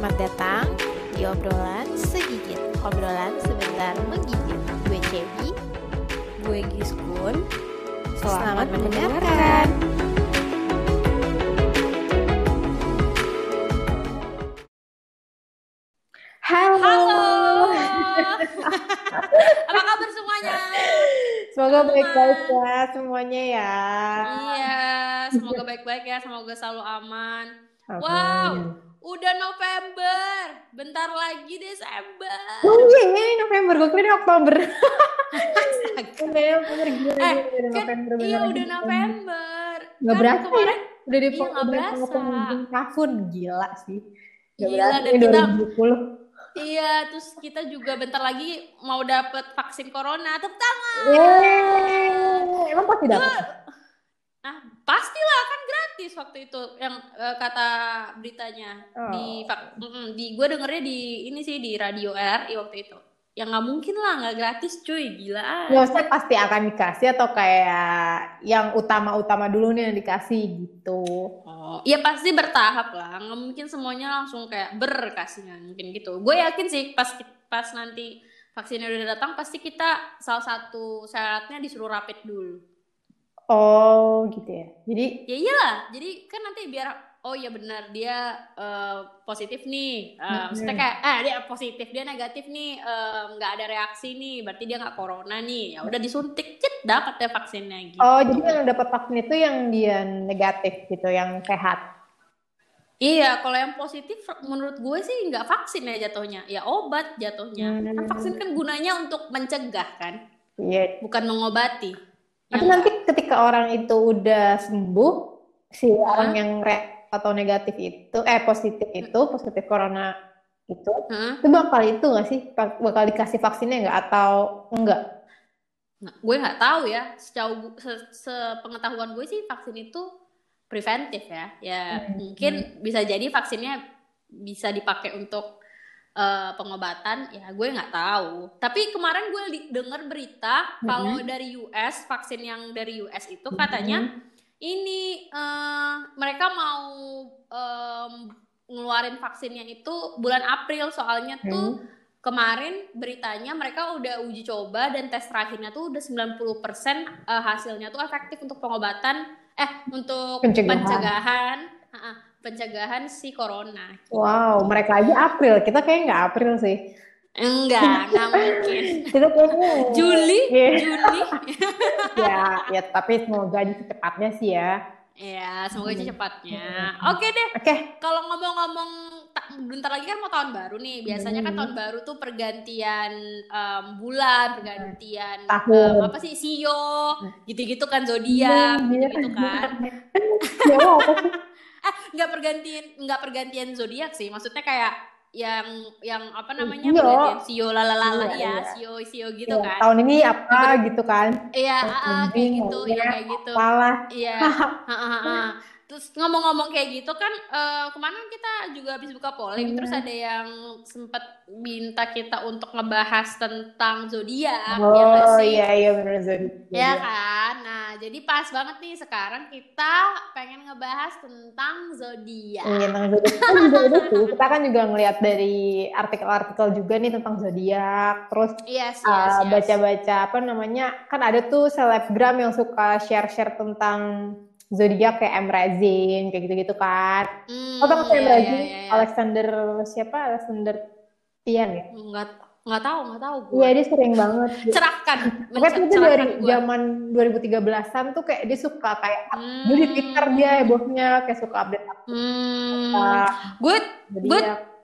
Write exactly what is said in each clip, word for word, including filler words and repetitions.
Selamat datang di obrolan segigit, obrolan sebentar menggigit. Gue Cebi, gue Giskun. Selamat, Selamat mendengarkan. Halo. Halo. Apa kabar semuanya? Semoga baik-baik ya semuanya ya. Iya, semoga baik-baik ya, semoga selalu aman. Amin. Wow, udah November, bentar lagi Desember. Oh iya, ini November, gue kira ini Oktober. Udah bener gila eh, udah kan, November. iya udah November. Gak kan berasa kemarin, ya? Udah di iya nggak berasa. penghujung tahun, gila sih. Gak Gila, berasa dan ini kita, dua ribu dua puluh. Iya, terus kita juga bentar lagi mau dapet vaksin corona. Tepuk tangan. Yeay, emang pasti dapat? Nah, pastilah, kan gratis waktu itu yang uh, kata beritanya. Oh. Di di gue dengernya di ini sih di radio R I waktu itu. Ya nggak mungkin lah nggak gratis, cuy, gila. Ya, maksudnya pasti akan dikasih atau kayak yang utama-utama dulu nih yang dikasih gitu. Oh, ya pasti bertahap lah. Nggak mungkin semuanya langsung kayak berkasihnya mungkin gitu. Gue yakin sih pas pas nanti vaksinnya udah datang pasti kita salah satu syaratnya disuruh rapid dulu. Oh gitu ya. Jadi ya iyalah. Jadi kan nanti biar oh iya benar dia uh, positif nih. Uh, hmm. Maksudnya kayak ah dia positif, dia negatif nih, nggak uh, ada reaksi nih, berarti dia nggak corona nih. Ya udah disuntik, cet dapat deh vaksinnya gitu. Oh jadi yang dapat vaksin itu yang dia negatif gitu, yang sehat. Iya, kalau yang positif menurut gue sih nggak vaksin ya jatuhnya, ya obat jatuhnya. Hmm. Kan vaksin kan gunanya untuk mencegah kan, iya. Bukan mengobati. Tapi nanti ketika orang itu udah sembuh, si hmm. orang yang re atau negatif itu, eh positif itu, positif corona itu, hmm. itu bakal itu nggak sih, bakal dikasih vaksinnya nggak atau enggak? Nah, gue nggak tahu ya, sejauh sepengetahuan gue sih vaksin itu preventif ya, ya hmm. mungkin bisa jadi vaksinnya bisa dipakai untuk uh, pengobatan, ya gue nggak tahu. Tapi kemarin gue dengar berita hmm. kalau dari U S, vaksin yang dari U S itu katanya hmm. ini uh, mereka mau um, ngeluarin vaksinnya itu bulan April, soalnya tuh hmm. kemarin beritanya mereka udah uji coba dan tes terakhirnya tuh udah sembilan puluh persen uh, hasilnya tuh efektif untuk pengobatan eh untuk pencegahan pencegahan, uh, pencegahan si corona. Wow, mereka aja April, kita kayaknya nggak April sih. Enggak, nggak mungkin. Kita kayaknya Juli, yeah. Juli. ya, ya tapi semoga aja secepatnya sih ya. Ya, semoga aja cepatnya. Oke deh. Oke. Okay. Kalau ngomong-ngomong, bentar lagi kan mau tahun baru nih. Biasanya kan tahun baru tuh pergantian um, bulan, pergantian um, apa sih, sio, gitu-gitu kan, zodiak, gitu-gitu kan. Ya apa sih? eh, nggak pergantian, nggak pergantian zodiak sih. Maksudnya kayak yang yang apa namanya, Iyo. pergantian sio lalalala iya, ya, iya. sio sio gitu iya, kan. Tahun ini apa Ber- gitu kan? Iya, ah, kayak gitu, ya kayak gitu. Salah. Iya. Terus ngomong-ngomong kayak gitu kan, uh, kemarin kita juga habis buka polling, hmm. terus ada yang sempat minta kita untuk ngebahas tentang zodiak. Oh ya iya iya benar zodiak. Ya kan, nah jadi pas banget nih sekarang kita pengen ngebahas tentang zodiak. Iya tentang zodiak kan juga ada tuh. Kita kan juga ngelihat dari artikel-artikel juga nih tentang zodiak. Terus yes, yes, uh, yes. baca-baca apa namanya, kan ada tuh selebgram yang suka share-share tentang zodiak kayak M. Razin kayak gitu-gitu kan. Hmm, oh tau M. Razin? Iya, iya, iya. Alexander siapa? Alexander Tian ya? Enggak, enggak tahu, enggak tahu gue. Iya dia sering banget. Cerahkan. Pokoknya itu dari gua. Zaman dua ribu tiga belasan tuh kayak dia suka kayak hmm. di Twitter dia hebohnya kayak suka update. Hmm. Gue gue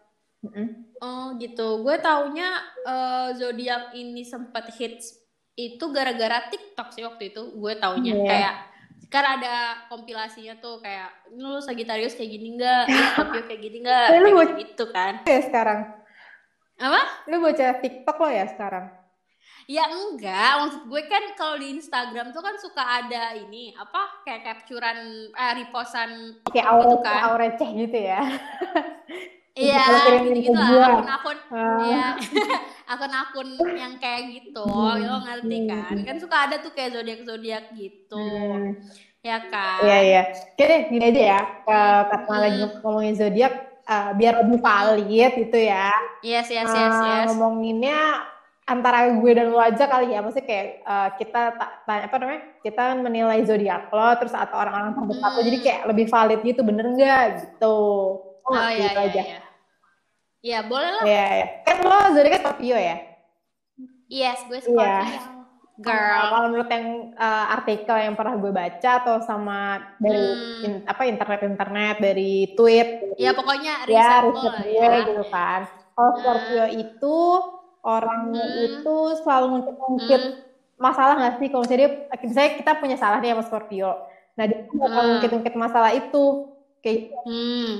oh gitu. Gue taunya uh, zodiak ini sempat hits itu gara-gara TikTok sih waktu itu. Gue taunya yeah. kayak kan ada kompilasinya tuh kayak lu Sagittarius kayak gini enggak, Scorpio kayak gini enggak, kayak gitu kan. Ya sekarang. Apa? Lu baca TikTok lo ya sekarang? Ya enggak, maksud gue kan kalau di Instagram tuh kan suka ada ini apa kayak capturean eh repostan kayak aura, gitu kan. Aura receh gitu ya. Iya, gitu-gitu lah, akun-akun uh. ya, akun-akun yang kayak gitu, hmm. lo ngerti kan? Kan suka ada tuh kayak zodiak-zodiak gitu, hmm. ya kan? Iya iya. Oke deh, gini aja ya. Karena hmm. lagi ngomongin zodiak, uh, biar lebih valid gitu ya. Yes, yes, uh, yes, yes. Ngomonginnya antara gue dan lo aja kali ya, maksudnya kayak uh, kita tanya apa namanya, kita menilai zodiak lo terus atau orang-orang terdekat hmm. lo, jadi kayak lebih valid gitu, bener nggak gitu. Oh, oh iya, gitu iya, aja. Iya. Iya boleh lah. Iya, iya. Kan lo zodiaknya Scorpio ya? Yes, gue Scorpio. Iya. Girl. Kalau menurut yang uh, artikel yang pernah gue baca atau sama dari hmm. in, apa internet-internet, dari tweet, ya pokoknya riset ya, riset gue ya. gitu kan. Kalau Scorpio hmm. itu orangnya hmm. itu selalu ngungkit hmm. masalah nggak sih? Kalau misalnya, dia, misalnya kita punya salah nih sama Scorpio, nah dia hmm. bakal ngungkit-ngungkit masalah itu kayak gitu. Hmm.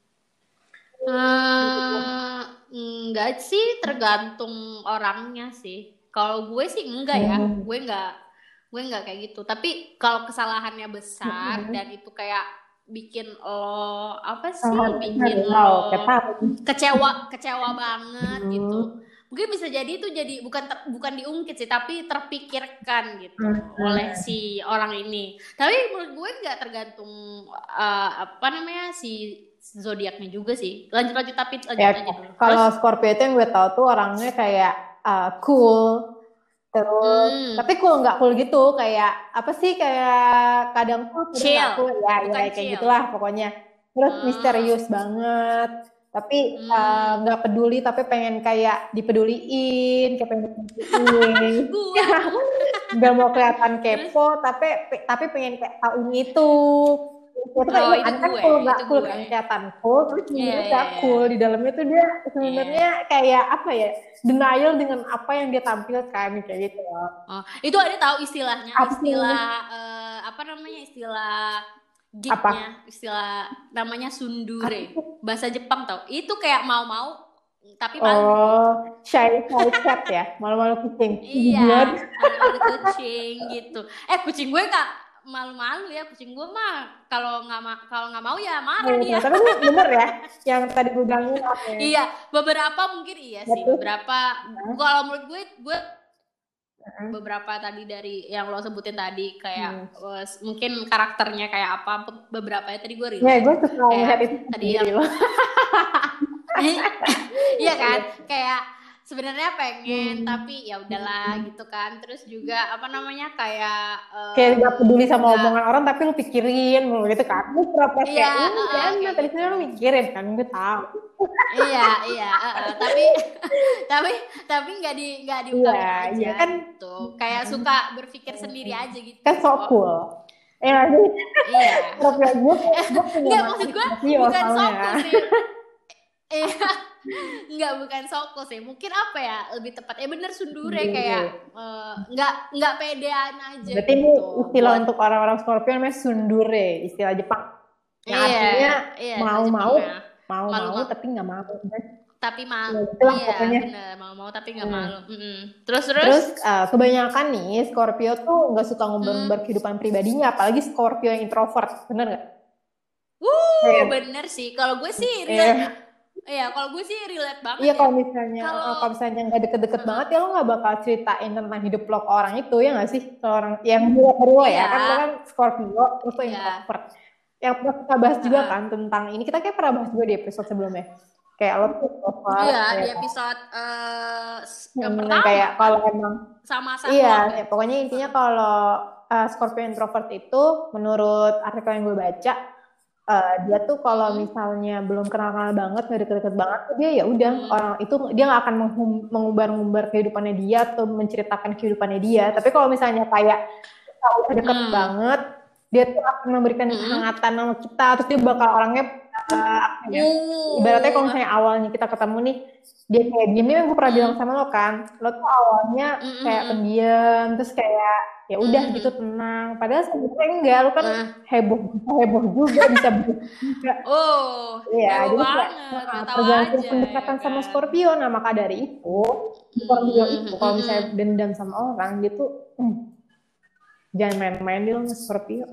Hmm, enggak sih, tergantung orangnya sih. Kalau gue sih enggak ya, hmm. gue enggak, gue enggak kayak gitu. Tapi kalau kesalahannya besar hmm. dan itu kayak bikin lo apa sih, oh, bikin lo kecewa, kecewa banget hmm. gitu. Mungkin bisa jadi itu jadi bukan ter, bukan diungkit sih, tapi terpikirkan gitu hmm. oleh si orang ini. Tapi menurut gue enggak, tergantung uh, apa namanya si zodiaknya juga sih. Lanjut lanjut tapi lanjut ya, aja dulu. Kalau Scorpio itu yang gue tahu tuh orangnya kayak uh, cool, terus hmm. tapi cool nggak cool gitu, kayak apa sih, kayak kadang cool kadang nggak cool ya, ya kayak chill. Gitulah pokoknya. Terus hmm. misterius banget, tapi nggak hmm. uh, peduli, tapi pengen kayak dipeduliin, kayak pengen dipeduliin. Nggak mau kelihatan kepo, tapi tapi pengen kayak tahu ini itu. Ya, oh, itu kan gue, cool, gak cool kan, kelihatan cool, terus sebenarnya yeah, yeah, cool, yeah. Di dalamnya tuh dia sebenarnya yeah. kayak apa ya, denial dengan apa yang dia tampilkan kayak gitu. Oh, itu ada tahu istilahnya, apa istilah uh, apa namanya, istilah geeknya, istilah namanya sundure, bahasa Jepang tau, itu kayak mau-mau tapi malu. Oh, shy shy cat ya, malu-malu kucing. Iya, malu-malu kucing gitu. Eh kucing gue kak malu-malu ya, kucing gue mah kalau nggak ma- kalau nggak mau ya marah oh, dia. Tapi bener ya, yang tadi gue bilang okay. Iya, beberapa mungkin iya sih, beberapa. Hmm. Kalau menurut gue, gue hmm. beberapa tadi dari yang lo sebutin tadi kayak hmm. uh, mungkin karakternya kayak apa, beberapa ya tadi gue relate. Ya, gue suka lihat itu tadi yang. Iya kan, kayak sebenarnya pengen hmm. tapi ya udahlah hmm. gitu kan. Terus juga apa namanya kayak uh, kayak gak peduli sama gak, omongan orang tapi lu pikirin lu gitu kan. Lu pura-pura iya, kayak uh, kan okay, tadi gitu. Lu mikirin kan, gue tahu. iya iya uh, uh, tapi tapi tapi nggak di nggak diungkapin iya, aja iya, kan, gitu. Kayak suka berpikir sendiri aja gitu. Kan so cool. Ya sih. Iya. Profil gue, nggak maksud gue bukan so cool sih. Iya. Enggak, bukan soko sih, mungkin apa ya lebih tepat ya, bener sundure kayak uh, nggak nggak pedean aja. Berarti gitu. Ini istilah buat... untuk orang-orang Scorpio namanya sundure, istilah Jepang. Yang iya, artinya iya, mau-mau, ya. mau-mau tapi nggak mau. Tapi malu, ya, iya pokoknya. Bener, mau-mau tapi nggak hmm. malu. Mm-hmm. Terus terus. Terus uh, kebanyakan nih Scorpio tuh nggak suka ngumbar-ngumbar hmm. kehidupan pribadinya, apalagi Scorpio yang introvert, bener nggak? Wuh, yeah. Bener sih. Kalau gue sih yeah. Iya, kalau gue sih relate banget. Iya, ya. kalau misalnya kalau kalau misalnya nggak deket-deket uh, banget ya lo nggak bakal ceritain tentang hidup lo ke orang itu, ya nggak sih? Ke orang yang dua kedua iya. ya kan, lo kan Scorpio terus lo introvert. Yang pernah kita bahas uh, juga kan tentang ini, kita kayak pernah bahas juga di episode sebelumnya. Kayak lo tuh introvert. Iya, ya, di episode uh, yang hmm, pertama. Kayak kalau emang sama-sama. Iya, ya, pokoknya intinya kalau uh, Scorpio introvert itu menurut artikel yang gue baca, Uh, dia tuh kalau misalnya belum kenal-kenal banget, nggak deket-deket banget, tuh dia ya udah hmm. orang itu dia nggak akan menghum, mengumbar-ngumbar kehidupannya dia atau menceritakan kehidupannya dia. Tapi kalau misalnya kayak kita udah deket hmm. banget, dia tuh akan memberikan hmm. kehangatan sama kita. Terus dia bakal orangnya uh, apa ya? Uh. Ibaratnya kalau misalnya awalnya kita ketemu nih, dia kayak diem nih, gue pernah hmm. bilang sama lo kan, lo tuh awalnya hmm. kayak pendiam, terus kayak ya udah mm-hmm. gitu tenang, padahal sebenarnya enggak, lu kan uh. heboh heboh juga bisa juga. Oh iya, jadi banget, kayak tergantung pendekatan ya, sama kan? Scorpio. Nah maka dari itu Scorpio mm-hmm. itu kalau misalnya dendam sama orang gitu, hmm, jangan main-main dia sama Scorpio.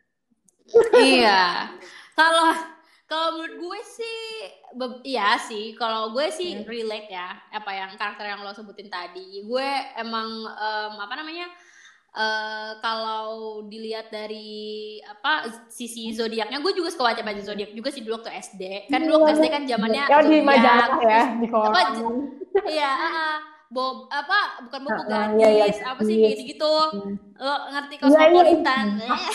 Iya, kalau kalau menurut gue sih be- iya sih, kalau gue sih hmm. relate ya, apa yang karakter yang lo sebutin tadi, gue emang um, apa namanya uh, kalau dilihat dari apa sisi zodiaknya, gue juga suka baca-baca zodiak juga sih dulu waktu S D. Kan dulu waktu S D kan zamannya ya di majalah ya di apa koran. Iya, uh, Bob apa bukan Bobo Ah, ah, gadis iya, iya, apa sih gadis. kayak gitu. Lo ngerti Iya, iya. Cosmopolitan?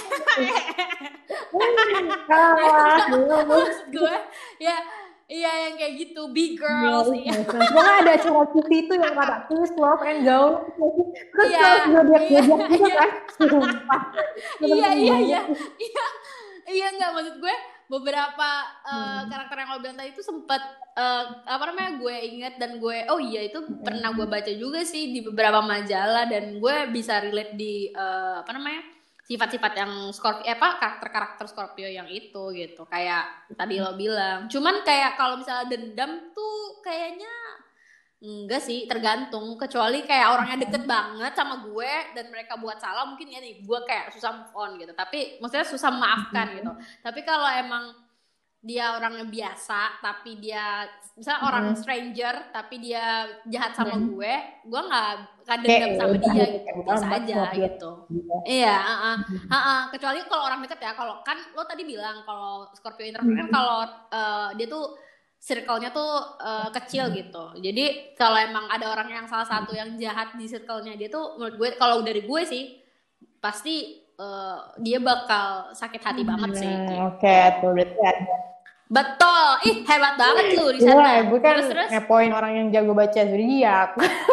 Ah, Maksud gue ya iya yang kayak gitu big girls Iya, iya. Pokoknya ada acara T V itu yang kata peace, love, and gaul. Terus Iya, kalau zodiak-zodiak iya, juga iya. kan. Sumpah. Iya iya Banget. iya iya iya nggak maksud gue beberapa uh, karakter yang lo bilang tadi itu sempat uh, apa namanya gue ingat dan gue oh iya itu pernah gue baca juga sih di beberapa majalah dan gue bisa relate di uh, apa namanya sifat-sifat yang Scorpio eh, apa karakter-karakter Scorpio yang itu gitu kayak tadi lo bilang cuman kayak kalau misalnya dendam tuh kayaknya enggak sih tergantung kecuali kayak orangnya deket banget sama gue dan mereka buat salah mungkin ya nih gue kayak susah move on gitu tapi maksudnya susah memaafkan gitu tapi kalau emang dia orangnya biasa tapi dia misalnya orang stranger tapi dia jahat sama gue gue nggak akan dendam sama dia gitu biasa aja gitu iya uh, uh, uh, uh. kecuali kalau orang deket ya kalau kan lo tadi bilang kalau Scorpio introvert kan kalau uh, dia tuh circle-nya tuh uh, kecil gitu. Jadi kalau emang ada orang yang salah satu yang jahat di circle-nya dia tuh menurut gue kalau dari gue sih pasti uh, dia bakal sakit hati banget sih. Hmm, Oke, okay, tuh berarti ada. Betul. Ih, hebat banget lu di sana. Iya, gue kan terus, terus? ngepoin orang yang jago baca zodiak.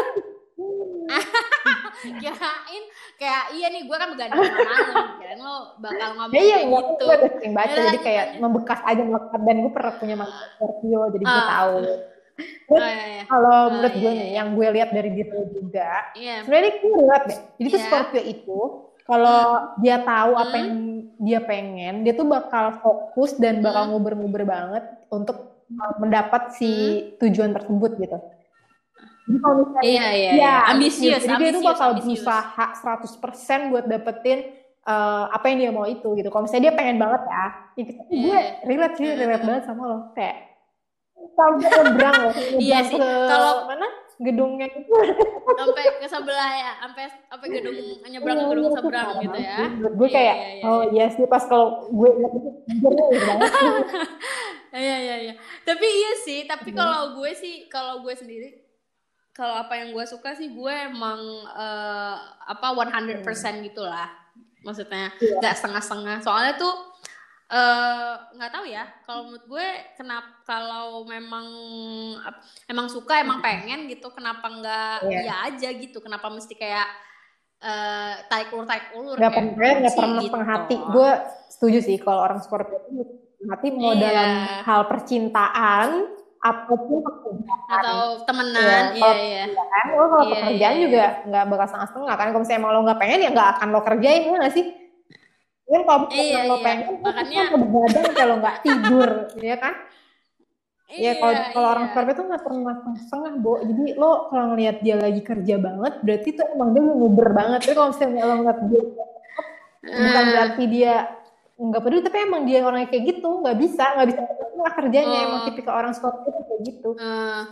Kirain kayak iya nih gue kan bergandeng sama lu kirain lo bakal ngomong ya, iya, kayak gue, gitu gue udah sering baca ya, jadi kayak ya. membekas aja melekat dan gue pernah punya mantan Scorpio jadi uh. gue tahu oh, iya, iya. Kalau oh, menurut iya, gue nih iya. yang gue lihat dari diri juga iya. sebenarnya gue lihat deh jadi tuh yeah. Scorpio itu kalau hmm. dia tahu apa hmm. yang dia pengen dia tuh bakal fokus dan bakal hmm. nguber-nguber banget untuk mendapat si hmm. tujuan tersebut gitu. Jadi kalau misalnya iya, iya, ya, iya. ambisius, jadi ambisius, dia tuh bakal ambisius. berusaha seratus persen buat dapetin uh, apa yang dia mau itu gitu. Kalau misalnya dia pengen banget ya, ya kita, yeah. gue relate sih, relate banget sama lo. Kayak sampai nyebrang loh, iya sih. Kalau mana gedungnya itu sampai ke sebelah ya, sampai sampai gedung nyebrang ke gedung seberang gitu ya. Gue kayak iya, iya, iya. oh iya sih pas kalau gue ingat itu jernih banget. Iya iya iya. Tapi iya sih, tapi kalau gue sih kalau gue sendiri kalau apa yang gue suka sih gue emang uh, apa seratus persen gitulah maksudnya nggak yeah. setengah-setengah soalnya tuh nggak uh, tahu ya kalau menurut gue kenapa kalau memang emang suka emang pengen gitu kenapa nggak yeah. ya aja gitu kenapa mesti kayak uh, tarik ulur tarik ulur nggak pernah nggak pernah gitu. setengah hati gue setuju sih kalau orang Scorpio itu hati mau yeah. dalam hal percintaan apapun pekerjaan atau temenan ya, iya iya kan lo kalau iya, pekerjaan iya, juga iya. nggak bakal setengah-setengah kan kalau misalnya emang lo nggak pengen ya nggak akan lo kerjain ya nggak sih kan kalau iya, lo iya. pengen makanya lo begadang kalau nggak tidur ya kan iya, ya kalau kalau iya. orang Scorpio tuh nggak pernah setengah bo jadi lo kalau ngelihat dia lagi kerja banget berarti tuh emang dia nguber banget tapi kalau misalnya lo ngeliat dia bukan uh. berarti dia nggak peduli tapi emang dia orangnya kayak gitu nggak bisa nggak bisa nggak kerjanya oh. emang tipikal orang Scorpio kayak gitu uh.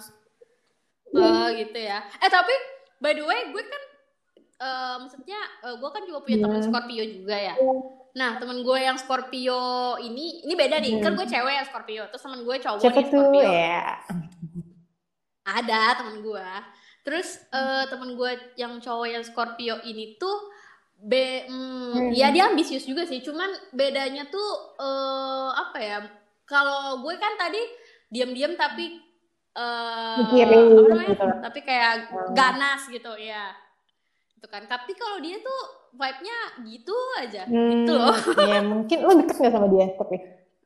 oh gitu ya eh tapi by the way gue kan uh, maksudnya uh, gue kan juga punya yeah. teman Scorpio juga ya yeah. nah teman gue yang Scorpio ini ini beda nih yeah. kan gue cewek yang Scorpio terus teman gue cowok siapa nih Scorpio tuh, ya? ada teman gue terus uh, teman gue yang cowok yang Scorpio ini tuh Be, mm, hmm. ya dia ambisius juga sih, cuman bedanya tuh uh, apa ya? Kalau gue kan tadi diam-diam tapi uh, apa namanya? Gitu. Tapi kayak ganas gitu ya, itu kan. Tapi kalau dia tuh vibe-nya gitu aja, hmm, gitu loh. Ya mungkin lo deket nggak sama dia tapi?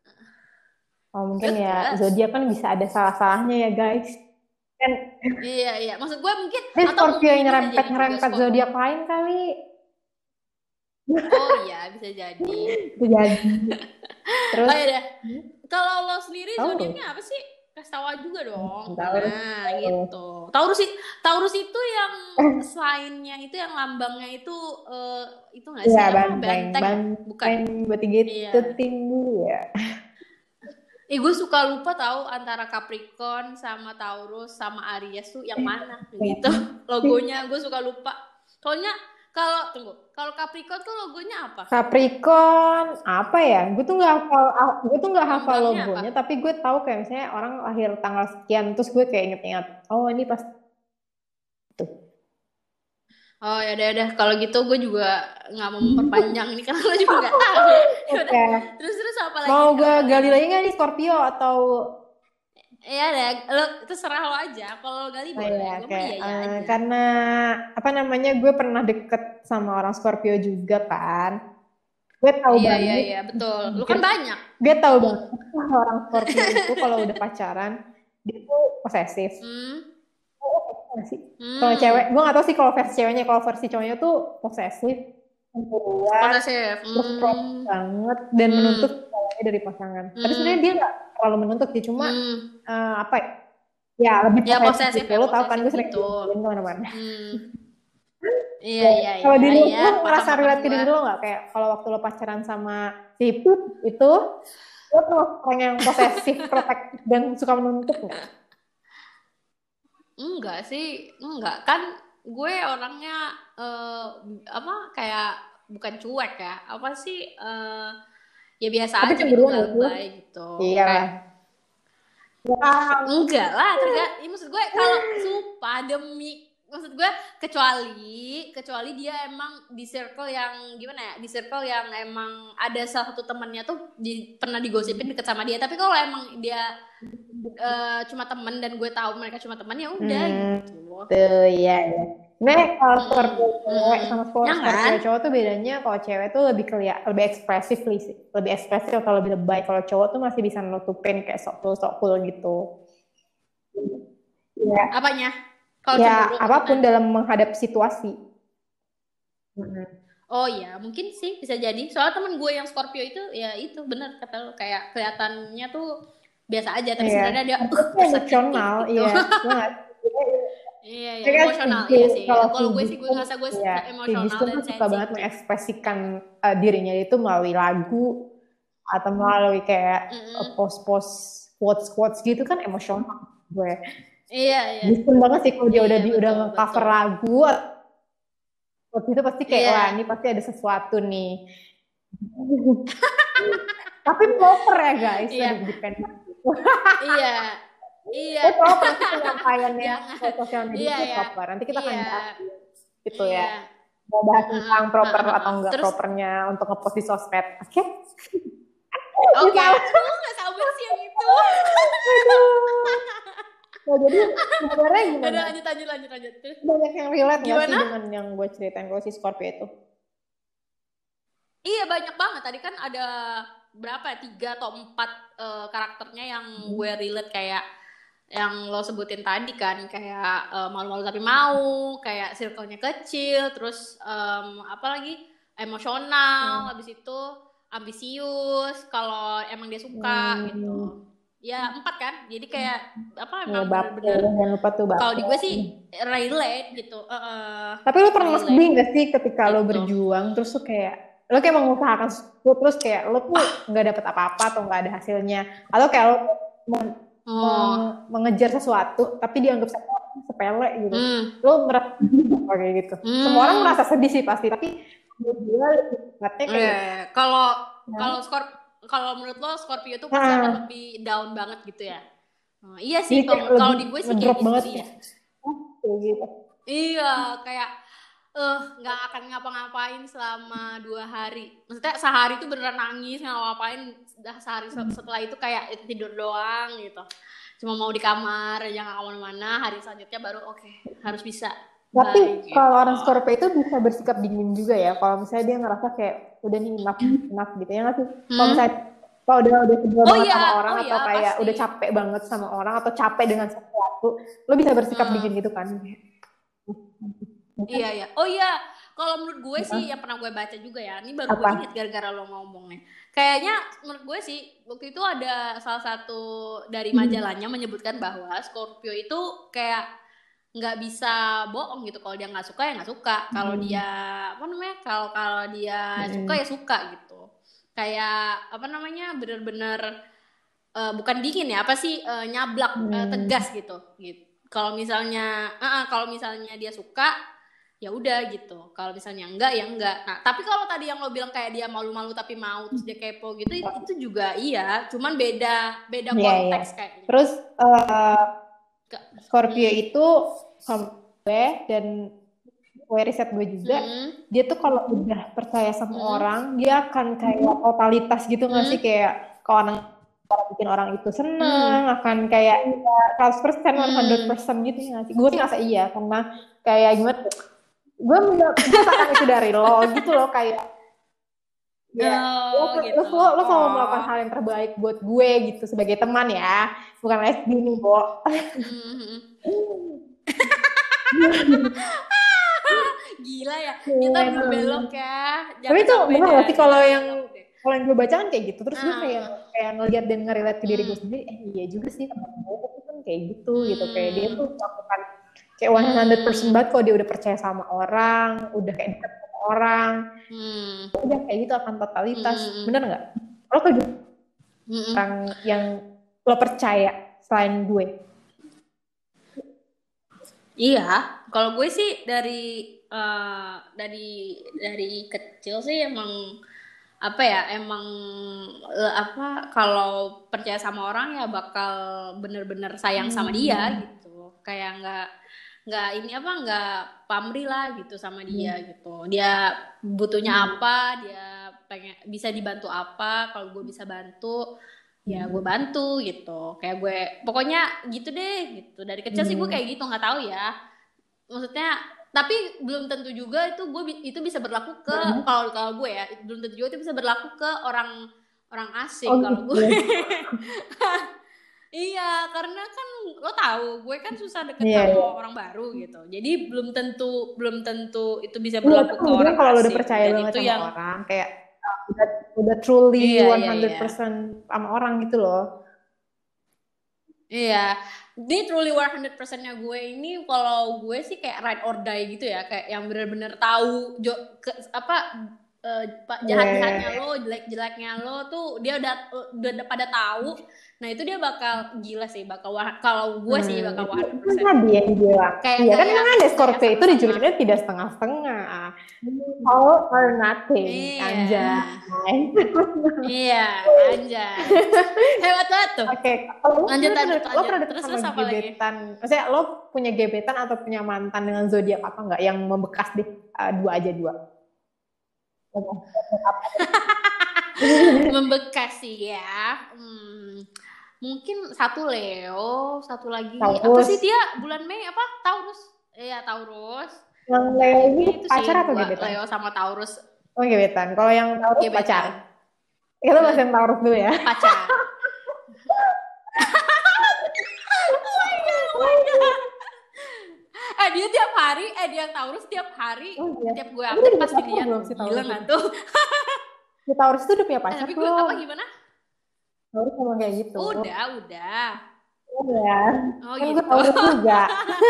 Oh mungkin deket. Ya zodiak kan bisa ada salah-salahnya ya guys. Kan? Iya iya, maksud gue mungkin. Ini Scorpio yang nyerempet nyerempet zodiak lain kali. Oh iya bisa jadi. Bisa jadi. Terus? Oh iya. Kalau lo sendiri oh. zodiaknya apa sih? Kasih tahu juga dong. Taurus. Nah gitu. Taurus sih. Taurus itu yang sign-nya itu yang lambangnya itu uh, itu nggak sih? Iya banteng. Banteng. Bukan. Buat gitu iya. Tinggi ya. Eh gue suka lupa tahu antara Capricorn sama Taurus sama Aries tuh yang mana gitu. Logonya gue suka lupa. Soalnya Kalau tunggu, kalau Capricorn tuh logonya apa? Capricorn apa ya? Gue tuh nggak hafal, gue tuh nggak hafal logonya, apa? Tapi gue tahu kayak misalnya orang lahir tanggal sekian, terus gue kayak inget-inget, oh ini pas tuh. Oh ya udah udah kalau gitu gue juga nggak mau memperpanjang nih karena lo juga nggak tahu. Okay. Terus terus apa lagi? Mau gue gali lagi nggak nih Scorpio atau? Iya deh, lo itu serah lo aja. Kalau gali boleh, oh, ya, gue okay. mah iya iya uh, aja. Karena apa namanya gue pernah deket sama orang Scorpio juga kan. Gue tahu iya, banget. Iya iya betul. Lu kan banyak. Gue tahu banget orang Scorpio itu kalau udah pacaran dia tuh posesif. Hmm. Hmm. Kalau cewek, gue gak tau sih kalau versi ceweknya, kalau versi cowoknya tuh posesif, posesif, terus hmm. banget dan hmm. menuntut ceweknya dari pasangan. Hmm. Tapi sebenarnya dia nggak terlalu menuntut sih, cuma hmm. uh, apa ya? Ya lebih ya, posesif. Gitu. Ya, lo tau kan gue sering gitu. ngomongin kemana-mana. Hmm. Iya iya iya. Kalau di lu iya, lo ngerasa relate diri lo nggak kayak kalau waktu lo pacaran sama si Put itu, lo tuh orang yang posesif, protektif dan suka menuntut nggak? Enggak sih, enggak kan gue orangnya uh, apa kayak bukan cuek ya, apa sih uh, ya biasa tapi aja gitu lebay gitu. Iya. Kayak, wow. Enggak lah, tergantung. Ya, maksud gue kalau sumpah demi maksud gue kecuali kecuali dia emang di circle yang gimana ya, di circle yang emang ada salah satu temannya tuh di, pernah digosipin deket sama dia, tapi kalau emang dia uh, cuma teman dan gue tahu mereka cuma teman ya udah hmm, gitu loh. Tuh iya ya. Nah kalau Scorpio hmm, cewek sama Scorpio cowok tuh bedanya kalau cewek tuh lebih kelihatan lebih ekspresif sih, lebih ekspresif atau lebih lebay. Kalau cowok tuh masih bisa nutupin kayak sok cool sok cool gitu. Ya. Apanya? Kalo ya apapun kita dalam menghadapi situasi. Oh iya mungkin sih bisa jadi. Soalnya temen gue yang Scorpio itu ya itu benar kata lo kayak kelihatannya tuh biasa aja tapi yeah. sebenarnya dia uh, emosional gitu. Iya. Iya iya emosional iya sih. Kalau gue sih gue ngerasa gue iya, emosional dan sensitif. Suka banget mengekspresikan uh, dirinya itu melalui lagu atau melalui kayak mm-hmm. uh, post-post quotes-quotes gitu kan emosional gue. Iya iya. Bisa banget sih kalau dia iya, udah di, udah nge-cover lagu waktu itu pasti kayak iya. Wah ini pasti ada sesuatu nih. Tapi proper ya guys, iya. Depend. Iya. Iya. Itu proper penyampaiannya sosial media iya, itu iya. proper. Nanti kita akan iya. bahas gitu iya. ya. Mau bahas tentang uh, proper uh, uh, atau enggak terus, propernya untuk ngepost di sosmed. Oke? Okay? Oke. Okay. Aku nggak sabar sih yang itu. Nah, jadi sebenarnya gimana? Udah lanjut lanjut lanjut lanjut. Banyak yang relate nggak sih dengan yang gue ceritain kalau si Scorpio itu? Iya banyak banget. Tadi kan ada berapa ya? Tiga atau empat uh, karakternya yang hmm. gue relate kayak yang lo sebutin tadi kan kayak uh, malu-malu tapi mau, kayak circle-nya kecil, terus um, apa lagi emosional, hmm. habis itu ambisius kalau emang dia suka hmm. gitu. Ya empat kan, jadi kayak apa emang ya, bener-bener kalau di gue sih relate gitu. Uh, Tapi lo pernah sedih nggak sih ketika gitu. Lo berjuang terus tuh kayak lo kayak mengusahakan terus kayak lo tuh nggak dapet apa-apa atau nggak ada hasilnya, atau kayak lo men- oh. mengejar sesuatu tapi dianggap sepele gitu, mm. lo merasa kayak gitu. Mm. Semua orang merasa sedih sih pasti, tapi gue lebih kayak yeah. kalau nah. kalau skor kalau menurut lo Scorpio tuh pasti nah. akan lebih down banget gitu ya? Oh, iya sih, kalau di gue sih kayak banget gitu ya. Oh, gitu. Iya, kayak eh nggak uh, akan ngapa-ngapain selama dua hari. Maksudnya sehari itu beneran nangis nggak ngapain. Dah sehari setelah itu kayak itu tidur doang gitu. Cuma mau di kamar, jangan kemana-mana. Hari selanjutnya baru oke okay, harus bisa. Tapi gitu. Kalau orang Scorpio itu bisa bersikap dingin juga ya. Kalau misalnya dia ngerasa kayak udah nih enough, enough gitu ya nggak sih? Hmm. Kalau misalnya kalau udah udah sebel oh banget iya, sama orang oh atau iya, kayak pasti. Udah capek banget sama orang atau capek dengan sesuatu, lo bisa bersikap hmm. dingin gitu kan? Iya iya. Oh iya. Kalau menurut gue sih yang pernah gue baca juga ya. Ini baru Apa? gue ingat gara-gara lo ngomong nih. Kayaknya menurut gue sih waktu itu ada salah satu dari majalahnya menyebutkan bahwa Scorpio itu kayak nggak bisa bohong gitu. Kalau dia nggak suka ya nggak suka. Kalau hmm. dia apa namanya? Kalau kalau dia hmm. suka ya suka gitu. Kayak apa namanya? Bener-bener uh, bukan dingin ya. Apa sih uh, nyablak, hmm. uh, tegas gitu. Gitu. Kalau misalnya, uh, uh, kalau misalnya dia suka, ya udah gitu. Kalau misalnya enggak ya enggak. Nah, tapi kalau tadi yang lo bilang kayak dia malu-malu tapi mau terus dia kepo gitu, itu juga iya, cuman beda beda konteks yeah, yeah. kayaknya. Terus uh, Scorpio hmm. itu gue dan gue riset gue juga, hmm. dia tuh kalau udah percaya sama hmm. orang, dia akan kayak totalitas gitu nggak hmm. sih, kayak kalau bikin orang itu senang, hmm. akan kayak seratus persen, seratus persen gitu ya. Gue sih ngerasa iya, karena kayak gimana, gue merasakan itu dari lo gitu loh, kayak ya, oh, lo, gitu. lo, lo selalu oh. melakukan hal yang terbaik buat gue gitu, sebagai teman ya, bukan lesbi nih, Bo. Gila ya, kita berbelok ya. Jangan tapi itu benar gak sih kalau yang kalau yang gue baca kan kayak gitu, terus hmm. gue kayak kayak ngeliat dan nge-relate ke diri gue sendiri, eh iya juga sih teman gue itu kan kayak gitu hmm. gitu, kayak dia tuh melakukan kayak seratus persen banget kalau dia udah percaya sama orang, udah kayak dekat sama orang, hmm. udah kayak gitu akan totalitas, hmm. bener nggak? Lo kayak gitu hmm. orang yang lo percaya selain gue? Iya, kalau gue sih dari uh, dari dari kecil sih emang apa ya emang uh, apa kalau percaya sama orang ya bakal bener-bener sayang hmm. sama dia gitu, kayak nggak nggak ini apa nggak pamrih lah gitu sama dia hmm. gitu. Dia butuhnya hmm. apa, dia pengen bisa dibantu apa, kalau gue bisa bantu ya gue bantu gitu, kayak gue pokoknya gitu deh gitu. Dari kecil hmm. sih gue kayak gitu, nggak tahu ya maksudnya, tapi belum tentu juga itu gue itu bisa berlaku ke hmm. kalau kalau gue ya belum tentu juga itu bisa berlaku ke orang orang asing oh, kalau gue. Iya, karena kan lo tahu gue kan susah deket yeah, sama yeah. orang baru gitu, jadi belum tentu belum tentu itu bisa berlaku yeah, ke orang kalau asing. Lo udah percaya banget sama yang... orang kayak udah udah truly iya, one hundred percent iya, iya. sama orang gitu loh. Iya, ini truly one hundred percent-nya gue ini kalau gue sih kayak ride or die gitu ya, kayak yang benar-benar tahu jo, ke, apa uh, jahat-jahatnya yeah. lo, jelek-jeleknya lo tuh dia udah udah, udah pada tahu. Nah itu dia bakal gila sih, bakal kalau gue hmm. sih bakal one hundred percent. Kan dia yang bilang. Iya kan memang ada Scorpio itu dijulukinnya tidak setengah-setengah. All or nothing, iya. Anjay. Iya, anjay. Hebat banget tuh. Oke, okay. lanjut lanjut. Lo pernah deket sama gebetan? Maksudnya lo punya gebetan atau punya mantan dengan zodiak apa enggak yang membekas deh? Uh, dua aja dua. Membekas sih ya. Hmm. Mungkin satu Leo, satu lagi Taurus. Apa sih dia bulan Mei apa? Taurus. Iya, Taurus. Yang Leo ini pacar atau gebetan? Leo sama Taurus. Oh, gebetan. Kalau yang Taurus gebetan. Pacar. Kita bahas yang Taurus dulu ya. Pacar. eh dia tiap hari, eh dia Taurus tiap hari, oh, iya. tiap gue update pasti dia gila nggak tuh? Si Taurus itu udah punya pacar. Eh, tapi gue apa gimana? Taurus sama kayak gitu. Udah, udah. Udah. Oh, kan gitu. Gue Taurus juga.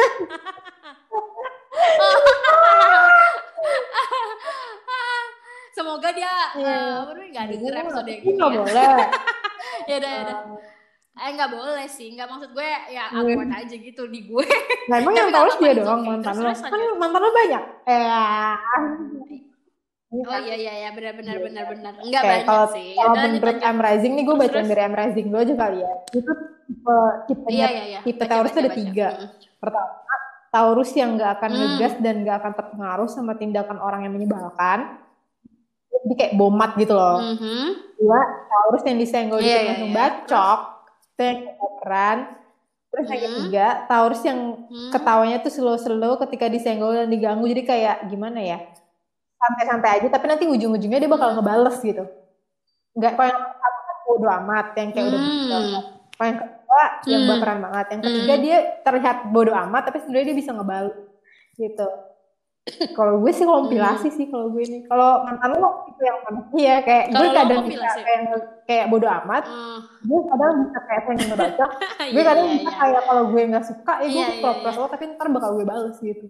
Semoga dia yeah. uh, nggak denger episode yang ini ya. Boleh. ya udah, ya udah. Eh nggak boleh sih, nggak maksud gue ya awkward hmm. aja gitu di gue. Nah emang yang Taurus dia doang mantan lo. Kan mantan lo banyak. Eh. Oh iya iya ya benar benar benar benar. Enggak okay, banyak kalau, sih. Kalau menurut M Rising nih gue baca dari M Rising gue aja kali ya. Itu tipe tipe iya, iya, iya. tipe baca, Taurus baca, ada baca. tiga. Hmm. Pertama Taurus yang nggak akan hmm. ngegas dan nggak akan terpengaruh sama tindakan orang yang menyebalkan. Jadi kayak bomat gitu loh. Mm-hmm. Dua Taurus yang disenggol yeah, dikit langsung yeah, yeah. bacok. Itu yang keren. Terus yang mm-hmm. ketiga Taurus yang mm-hmm. ketawanya tuh slow-slow ketika disenggol dan diganggu, jadi kayak gimana ya, santai-santai aja tapi nanti ujung-ujungnya dia bakal ngebales gitu. Nggak kalau yang pertama bodo amat yang kayak mm-hmm. udah bodo amat. Kalau yang kedua mm-hmm. yang baperan banget. Yang ketiga mm-hmm. dia terlihat bodo amat tapi sebenarnya dia bisa ngebales gitu. Kalau gue sih kompilasi hmm. sih kalau gue nih. Kalau mantan lo itu yang mana? Iya kayak kalo gue kadang bisa kayak kayak bodo amat. Hmm. Gue kadang bisa kayak pengen ngebaca. gue kadang yeah, bisa yeah. kayak kalau gue nggak suka, ya gue yeah, protes lo, tapi ntar bakal gue bales gitu.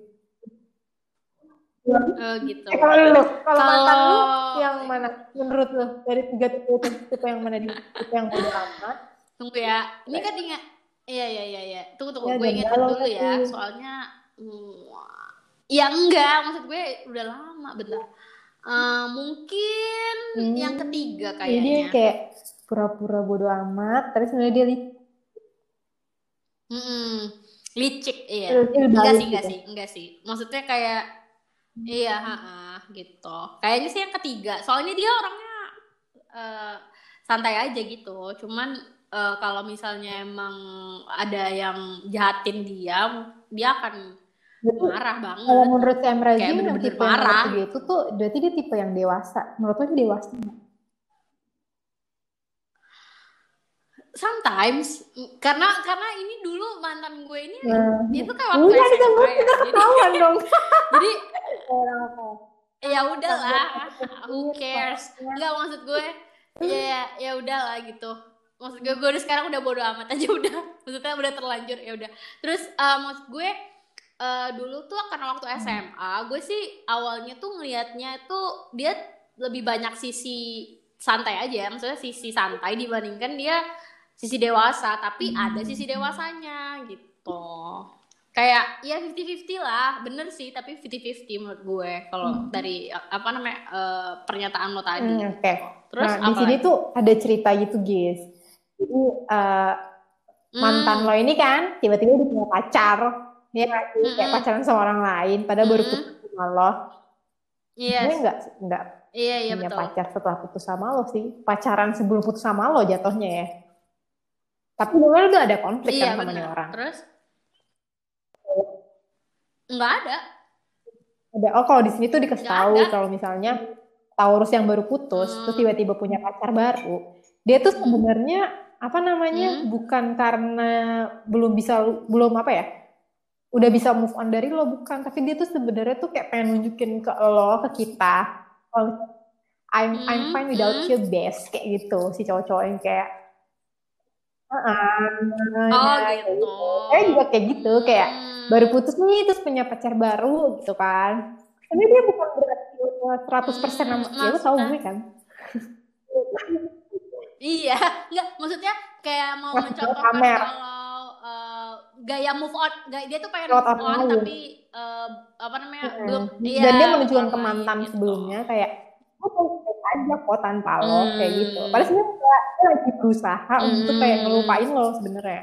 Oh gitu. Eh, kalau lo, kalau mantan lo yang mana? Menurut lo dari tiga tipe tipe yang mana di tipe yang bodo amat? Tunggu ya. Ini kan ingat. Iya iya iya iya. Tunggu tunggu. Ya, gue ingat dulu ya. Soalnya. Hmm, Ya enggak, maksud gue udah lama bentar. Uh, mungkin hmm, yang ketiga kayaknya. Jadi kayak pura-pura bodo amat, terus sebenarnya dia licik. Hmm, licik, iya. Enggak sih, enggak gitu. sih, enggak sih. Maksudnya kayak, hmm. iya, ha-ha, gitu. Kayaknya sih yang ketiga. Soalnya dia orangnya uh, santai aja gitu. Cuman uh, kalau misalnya emang ada yang jahatin dia, dia akan betul. Marah banget. Kalau menurut Sam Raji yang tipe marah. Yang ketiga itu tuh berarti dia tipe yang dewasa. Menurut lo dia dewasa nggak? Sometimes, karena karena ini dulu mantan gue ini hmm. dia tuh kayak waktu S M A ya. Jadi ketahuan dong. Jadi ya udahlah, who cares? Enggak, maksud gue ya ya udahlah gitu. Maksud gue gue udah sekarang udah bodo amat aja udah. Maksudnya udah terlanjur ya udah. Terus uh, maksud gue uh, dulu tuh karena waktu S M A gue sih awalnya tuh ngelihatnya tuh dia lebih banyak sisi santai aja, maksudnya sisi santai dibandingkan dia sisi dewasa, tapi hmm. ada sisi dewasanya gitu. Kayak ya fifty fifty lah, bener sih, tapi fifty fifty menurut gue kalau hmm. dari apa namanya uh, pernyataan lo tadi. Hmm, Oke. Okay. Terus nah, di sini lagi? Tuh ada cerita gitu, guys. Jadi uh, mantan hmm. lo ini kan tiba-tiba udah punya pacar, dia hmm. kayak pacaran sama orang lain, padahal hmm. baru putus sama lo. Iya. Yes. Dia nggak nggak iya, iya, punya betul. pacar setelah putus sama lo sih, pacaran sebelum putus sama lo jatuhnya ya. Tapi dulu udah ada konflik iya, kan sama nih orang. Terus? Enggak ada. Ada. Oh, kalau di sini tuh dikasih tahu kalau misalnya Taurus yang baru putus hmm. terus tiba-tiba punya pacar baru, dia tuh sebenarnya hmm. apa namanya hmm. bukan karena belum bisa belum apa ya, udah bisa move on dari lo, bukan, tapi dia tuh sebenarnya tuh kayak pengen nunjukin ke lo, ke kita, kalau I'm hmm. I'm fine without hmm. you best kayak gitu, si cowok-cowok yang kayak Uh, oh ya, gitu. Kayak juga kayak gitu, kayak hmm. baru putus nih terus punya pacar baru gitu kan. Tapi dia bukan berarti seratus persen sama hmm, ya, lu tahu gue kan. Iya, enggak, maksudnya kayak mau Mas mencontohkan kalau uh, gaya move on, gaya dia tuh pengen move on lain. Tapi uh, apa namanya hmm. belum. Iya, dan dia menunjukkan ke mantan gitu. Sebelumnya kayak oh, aja kok tanpa hmm. lo kayak gitu. Padahal sebenarnya dia lagi berusaha hmm. untuk kayak ngelupain lo sebenarnya.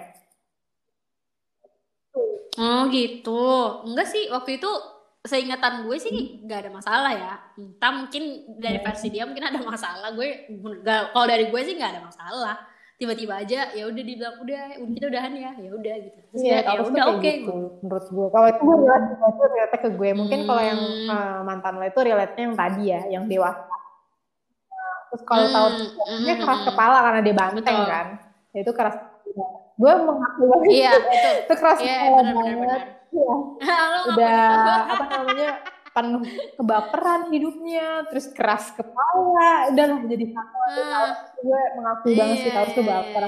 Oh gitu. Enggak sih, waktu itu seingatan gue sih nggak ada masalah ya. Entah mungkin dari versi dia mungkin ada masalah. Gue kalau dari gue sih nggak ada masalah. Tiba-tiba aja ya udah dibilang udah kita udahan ya, ya udah gitu. Terus ya, ya udah oke okay, gitu. Menurut gue kalau itu gue relate itu relate ke gue. Mungkin hmm. kalau yang uh, mantan lo itu relate-nya yang tadi ya, yang dewasa. Nah, terus kalau hmm. tahu dia hmm. keras kepala karena dia banteng betul. Kan. Ya itu keras kepala. Gue mengakui banget. Iya, itu. Itu keras yeah, kepala bener, banget. Bener, bener. Iya. Udah apa namanya? penuh kebaperan hidupnya, terus keras kepala, udahlah jadi sama. Uh, gue mengakui iya, banget sih harus kebaper.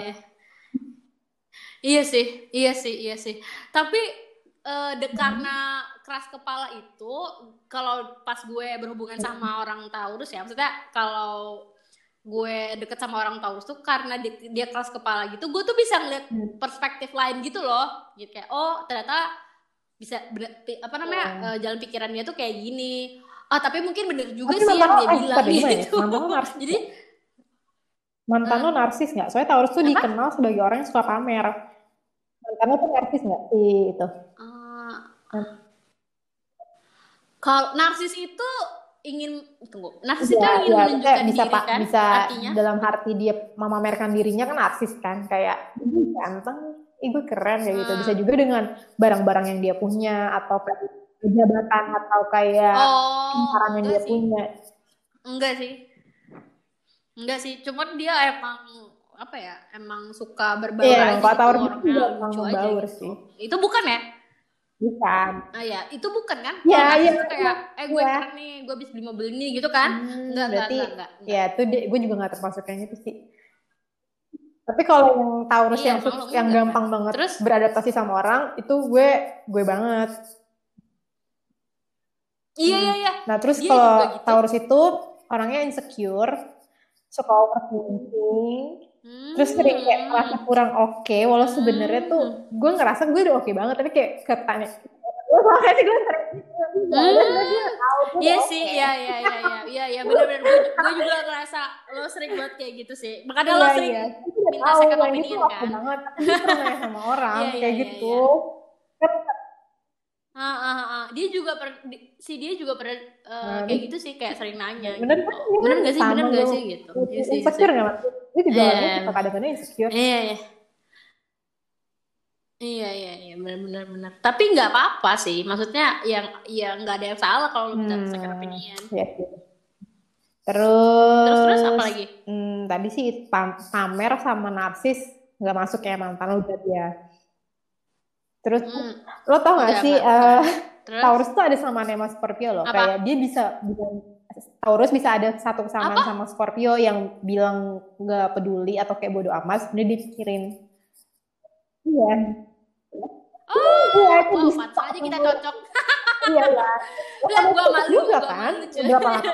Iya sih, iya sih, iya sih. Tapi uh, de- hmm. karena keras kepala itu, kalau pas gue berhubungan sama orang Taurus ya, maksudnya kalau gue deket sama orang Taurus tuh karena dia, dia keras kepala gitu, gue tuh bisa ngeliat perspektif lain gitu loh, gitu kayak oh ternyata bisa apa namanya oh. uh, jalan pikirannya tuh kayak gini. Ah tapi mungkin bener juga tapi sih yang dia eh, bilang gitu. Ya? Mantan lo narsis. Jadi mantan uh, lo narsis nggak? Soalnya Taurus tuh apa? Dikenal sebagai orang yang suka pamer. Mantan lo tuh narsis nggak sih itu? Uh, hmm. Kalau narsis itu ingin tunggu. Narsis ya, itu ingin ya, menunjukkan bisa, diri pak, kan? Bisa artinya? Dalam arti dia memamerkan dirinya kan narsis kan, kayak ganteng. Ibu keren kayak gitu. Bisa juga dengan barang-barang yang dia punya atau kayak jabatan atau kayak pintaran oh, yang dia sih. punya. Enggak sih. Enggak sih. Cuman dia emang apa ya? Emang suka berbaur yeah, aja gitu. Orangnya juga lucu aja gitu. Sih. Itu bukan ya? Bukan. Ah ya, itu bukan kan? Iya, iya. Itu kayak eh gue ya. Keren nih, gue habis beli mobil ini gitu kan? Hmm, enggak, berarti, enggak, enggak, enggak. Ya, itu gue juga enggak termasuk yang itu sih. Tapi kalau yang Taurus iya, yang yang, yang gampang kan? Banget terus beradaptasi sama orang itu gue gue banget. Iya hmm. iya iya. Nah terus kalau gitu. Taurus itu orangnya insecure, suka overthinking, hmm. terus sering kayak merasa kurang oke. Okay, walau sebenarnya tuh gue ngerasa gue udah oke okay banget, tapi kayak ketanya Gue makanya sih gue sering iya sih, iya iya iya iya iya iya benar-benar gue gue juga ngerasa lo sering buat kayak gitu sih. Makanya lo sering iya. minta second opinion kan. Banget, tapi dia pernah nanya sama orang Iya, iya, kayak iya, gitu. Ah, ah, ah. Dia juga per, di- si dia juga pernah uh, Nah, kayak gitu sih, kayak sering nanya. bener gitu. kan? Bener nggak sih, Sama bener nggak lu. sih gitu. Iya sih, Insecure nggak mas? Dia juga Iya. orangnya suka kadang-kadang insecure. Iya, iya. Iya, iya, iya, benar-benar benar. Tapi nggak apa-apa sih, maksudnya yang yang nggak ada yang salah kalau lo minta Hmm, second opinion. ya sih. Terus, Terus terus apa lagi? Hmm, tadi sih pam- pamer sama narsis nggak masuk ya mantan lo udah dia. Terus Hmm. lo tau gak Nggak, sih nggak. uh, Terus? Taurus tuh ada sama sama Scorpio loh. Apa? Kayak dia bisa bilang Taurus bisa ada satu kesamaan Apa? sama Scorpio yang bilang nggak peduli atau kayak bodo amat, sebenarnya dipikirin. Iya. Oh, Iya, itu wow, bisa. pantas aja kita cocok. Iya ya. Lah, gua malu juga gua kan. malu, cuy. Berapa lama?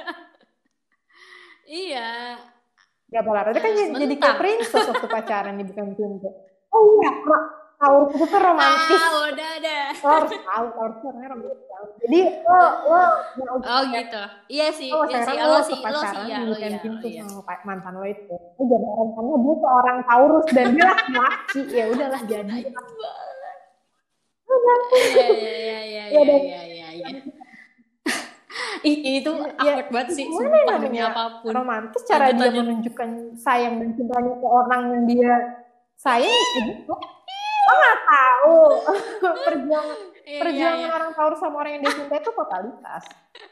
Iya. Berapa lama? Itu kan Eh, jadi, jadi sebentar. kayak princess waktu pacaran di bukan pintu. Oh iya, Mak. Taurus itu tuh romantis. Ah, udah deh. Lo harus tahu, Taurus itu orangnya romantis. Jadi lo lo Oh gitu. Iya sih, lo iya sih. sekarang Lo lo sih, lo sih pacaran ya, di lo bukan iya, pintu lo iya. sama pa- mantan lo itu. Lo jadi orang karena dia seorang Taurus dan dia laki-laki. Ya udahlah jadi. Iya, iya, iya, iya, iya, iya, iya. Ih, itu awkward banget sih, Gimana sumpah demi namanya apapun. romantis cara Lanjut, dia lanjut. menunjukkan sayang dan cintanya ke orang yang dia sayang ya gitu. Lo nggak tahu perjuangan Iya, perjuangan iya, iya. orang Taurus sama orang yang dia cinta itu totalitas.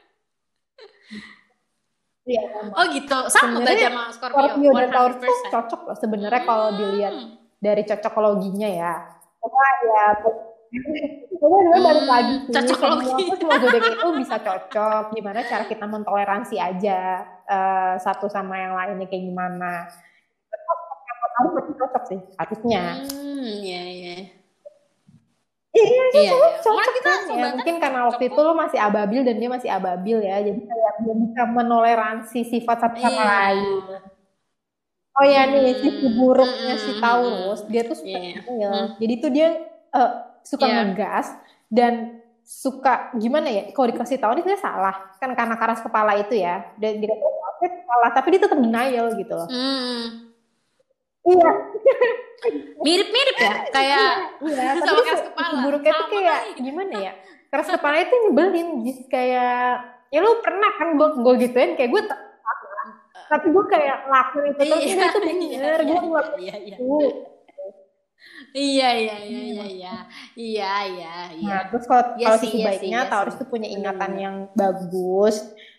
Iya, sama. Oh gitu, sama gak Sebenarnya sama Scorpio? Scorpio dan Taurus seratus tuh persen. cocok loh sebenarnya kalau dilihat Hmm. dari cocokologinya ya. Cuma ya pokoknya dulu balik Hmm, lagi sih cocokologi. semua semua zodiak itu bisa cocok. Gimana cara kita mentoleransi aja eh, satu sama yang lainnya kayak gimana. Harus pasti cocok sih harusnya. Hmm, iya, iya. Iya, Iya, iya, iya. cocok Orang kita kan ya. sobat Mungkin kan karena waktu cocok itu lo masih ababil dan dia masih ababil ya. Jadi kayak belum bisa menoleransi sifat satu sama Iya. lain. Oh ya nih, Hmm, sisi buruknya hmm, si hmm, Taurus, dia tuh suka Iya. ngeyel. Hmm. Jadi tuh dia eh, suka Iya. ngegas dan suka gimana ya? Kalau dikasih tahu nih dia salah, kan karena keras kepala itu ya. Dan dia dia salah, tapi dia tetap denial gitu loh. Hmm. Iya. Mirip-mirip ya, kayak Iya, sama tapi keras sisi kepala. buruknya tuh Sama kayak kali. gimana ya? Keras kepala itu nyebelin, gitu kayak ya lu pernah kan gue gue gituin kayak gue tapi gue kayak lakuin itu terus Iya, itu bener iya, gue iya, ngelakuin iya, iya. itu. Iya, iya, iya, iya, iya, iya, iya, iya. Nah, terus kalau Iya kalau sih, sisi iya sih, baiknya iya Taurus sih. tuh punya ingatan Bener-bener. yang bagus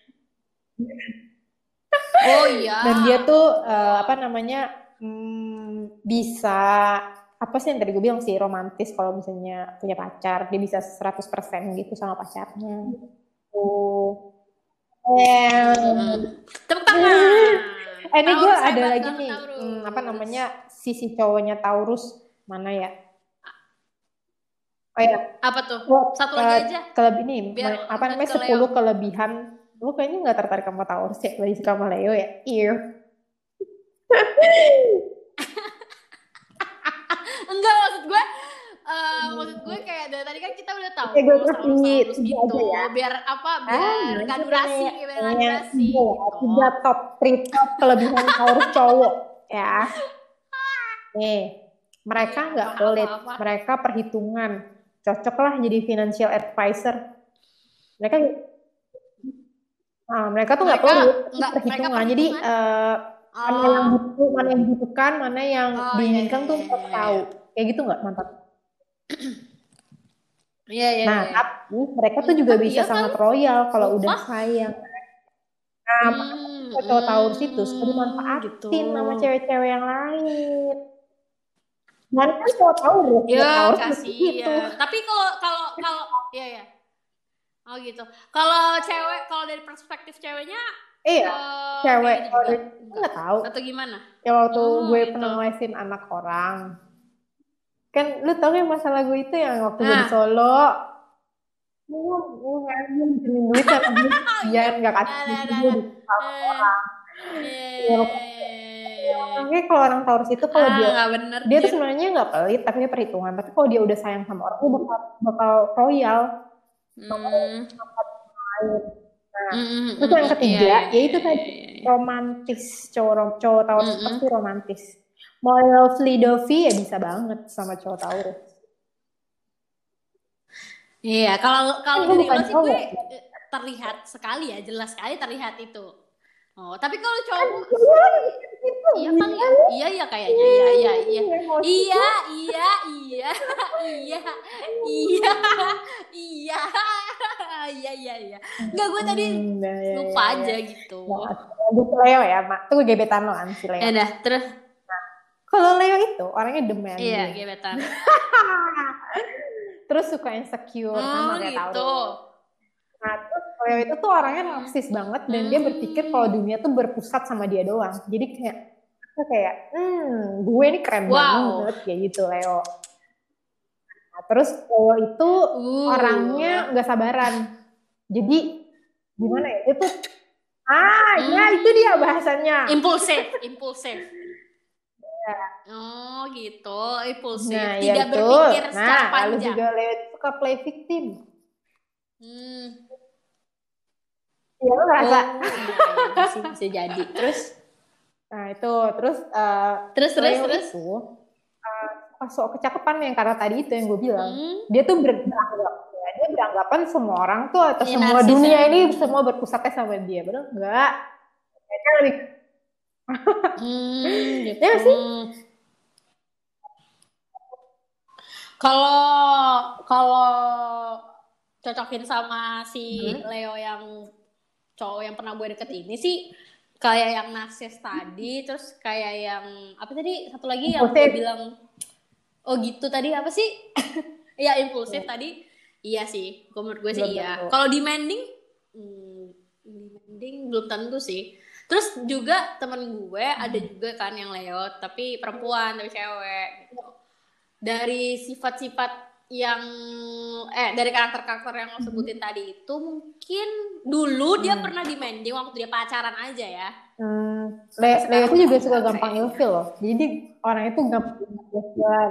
Oh iya. dan dia tuh eh, apa namanya hmm, bisa apa sih yang tadi gue bilang sih romantis kalau misalnya punya pacar dia bisa seratus persen gitu sama pacarnya. Oh. Hmm. Tepuk tangan. Eh ini gue Taurus ada hebat lagi banget, nih Taurus. hmm, apa namanya sisi cowoknya Taurus mana ya? Oh ya, Apa tuh? oh, Satu eh, lagi aja. kelebih ini Biar apa namanya lanjut ke sepuluh Leo. kelebihan. Lu kayaknya nggak tertarik sama Taurus ya, lebih suka sama Leo ya? Iya. Enggak, maksud gue eh maksud gue kayak dari tadi kan kita udah tahu Oke, gue Taurus, kasih Taurus tiga gitu. aja ya. Biar apa? Ah, Biar nggak nanti durasi, kayak- biar nggak kayak durasi tiga ya, gitu. tiga top, three top kelebihan Taurus cowok ya. Nih, mereka Iya, nggak apa, pelit, apa, apa. mereka perhitungan, cocok lah jadi financial advisor. Mereka, nah, mereka tuh nggak Mereka pelit, nggak- mereka perhitungan. Jadi perhitungan. eh, mana yang Oh, butuh, mana yang dibutuhkan, mana yang Oh, diinginkan iya, tuh iya, mereka iya, tahu. Kayak gitu nggak mantap? iya, iya, Nah, iya. tapi mereka tuh juga Tapi bisa iya kan? sangat royal kalau udah Sumpah. sayang. Nah, Hmm, cowok Taurus itu suka hmm, dimanfaatin gitu. sama cewek-cewek yang lain. Mana kan cowok Taurus, Ya, Taurus kasih gitu. ya. Tapi kalau kalau kalau ya ya. Oh gitu. Kalau cewek, kalau dari perspektif ceweknya Iya, eh, cewek kayak gitu kalau juga? itu nggak tahu. Atau gimana? Ya waktu Oh, gue gitu. pernah ngelesin anak orang, kan lu tau gak masalah gue itu yang waktu gue di Nah. Solo, lu lu ngajin pinjemin duit sama dia, nggak kasih Nah, duit nah, gue nah, di Eh, iya, iya, iya, iya, iya. Makanya kalau orang Taurus itu kalau ah, dia gak bener, dia tuh sebenarnya nggak pelit tapi dia perhitungan. Tapi kalau dia udah sayang sama orang, dia bakal bakal royal. Hmm. Nah, Mm-mm, terus yang ketiga, iya, ya itu iya, tadi iya, iya. romantis, cowok cowok Taurus Mm-mm. pasti romantis. Mau lovely dovey ya bisa banget sama cowok Taurus. Iya, kalau kalau Kan dari bukan lo sih cowok. gue eh, terlihat sekali ya, jelas sekali terlihat itu. Oh, tapi kalau cowok Kan, iya kali ya, iya iya kayaknya, iya iya iya, iya iya iya iya iya iya iya iya iya. Enggak, gue tadi Hmm, ya, ya, lupa ya, aja ya. gitu. Lanjut ke Leo ya, Mak. Itu gebetan lo kan si Leo. Ya udah, terus Kalau Leo itu orangnya demanding. iya gebetan. Terus suka insecure Oh sama kayak gitu. Taurus. Nah, terus Leo itu tuh orangnya narsis banget dan dia berpikir kalau dunia tuh berpusat sama dia doang. Jadi kayak kayak, hmm, gue ini keren Wow. banget kayak gitu Leo. Nah, terus Leo itu Uh. orangnya nggak sabaran. Jadi gimana ya? Itu ah, Hmm. ya itu dia bahasanya. Impulsif, impulsif. Ya. Oh gitu, impulsif, Nah, tidak ya berpikir nah, secara lalu panjang. juga Leo itu suka play victim. Hmm. Iya, lo ngerasa? Oh, iya, bisa, bisa jadi. Terus? Nah itu, terus uh, terus terus Leo terus. itu uh, pas soal kecakapan yang karena tadi itu yang gue bilang, Hmm. dia tuh ber- beranggap, ya, dia beranggapan semua orang tuh atau Iya, semua narsis dunia ya. ini semua berpusatnya sama dia, bener enggak? Kayaknya lebih. Hmm, gitu. Ya sih. Kalau kalau cocokin sama si hmm. Leo yang cowok yang pernah gue deket ini sih kayak yang narsis tadi, terus kayak yang apa tadi satu lagi yang gue bilang oh gitu tadi apa sih? Ya impulsif ya. Tadi iya sih, menurut gue sih belum iya. Kalau demanding, hmm, demanding belum tentu sih. Terus juga temen gue hmm. ada juga kan yang Leo tapi perempuan tapi cewek gitu. Dari sifat-sifat yang eh dari karakter-karakter yang lo sebutin hmm. tadi itu mungkin dulu hmm. dia pernah demanding waktu dia pacaran aja ya. Hmm. Le- Leo itu juga suka gampang ilfil loh. Jadi orang itu gampang ilfil.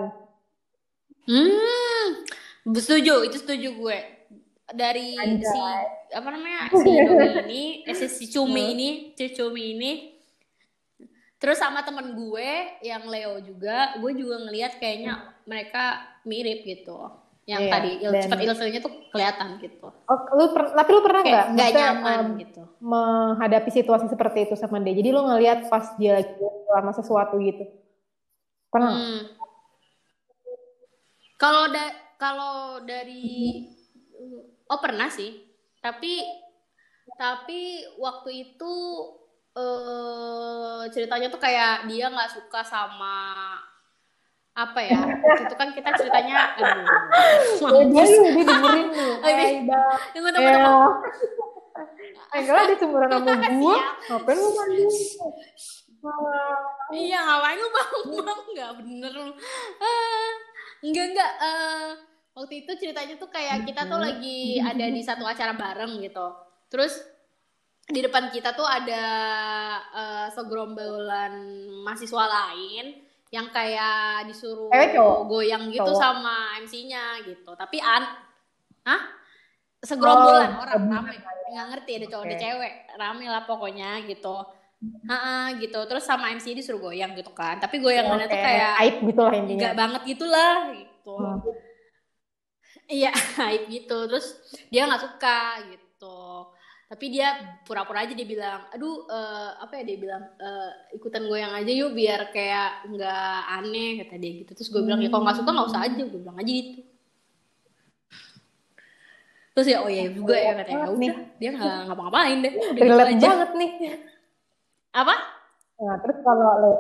Hmm, setuju, itu setuju gue. Dari Anjay. si apa namanya si Doi ini, eh, si Cumi ini, si Cumi ini. Terus sama temen gue yang Leo juga, gue juga ngelihat kayaknya mereka mirip gitu. Yang yeah, tadi il- dan... cepat ilfilnya tuh kelihatan gitu. Oh, lu per- tapi lu pernah nggak nggak nyaman um, gitu menghadapi situasi seperti itu sama dia? Jadi lu ngelihat pas dia lagi selama sesuatu gitu. Pernah? Hmm. Kalau da kalau dari hmm. oh pernah sih. Tapi tapi waktu itu uh, ceritanya tuh kayak dia nggak suka sama apa ya? Waktu itu kan kita ceritanya aduh. Dia dia dengerin lu. Eh, tunggu tunggu tunggu. Enggak ada cemburan sama gua. Ngapain lu mandi? Iya, ngapain lu bang-bang? Enggak bener lu. Ah, enggak enggak. Uh, waktu itu ceritanya tuh kayak kita tuh lagi ada di satu acara bareng gitu. Terus di depan kita tuh ada uh, segerombolan mahasiswa lain yang kayak disuruh eh, goyang gitu cowok. Sama M C-nya gitu. Tapi an, hah? Segerombolan oh, orang rame, nggak ngerti ada cowok okay. ada cewek, rame lah pokoknya gitu. Ha gitu. Terus sama M C disuruh goyang gitu kan. Tapi goyangannya okay. tuh kayak aib gitulah intinya. Enggak banget gitulah gitu. Hmm. Iya, aib gitu. Terus dia nggak suka gitu. Tapi dia pura-pura aja dia bilang, aduh uh, apa ya dia bilang uh, ikutan goyang aja yuk biar kayak nggak aneh kata dia gitu. Terus gue bilang ya kalau nggak suka nggak usah aja, gue bilang aja gitu. Terus ya oh iya juga ya katanya udah dia nggak ngapa-ngapain deh. Relate gitu banget nih. Apa? Nah, terus kalau lo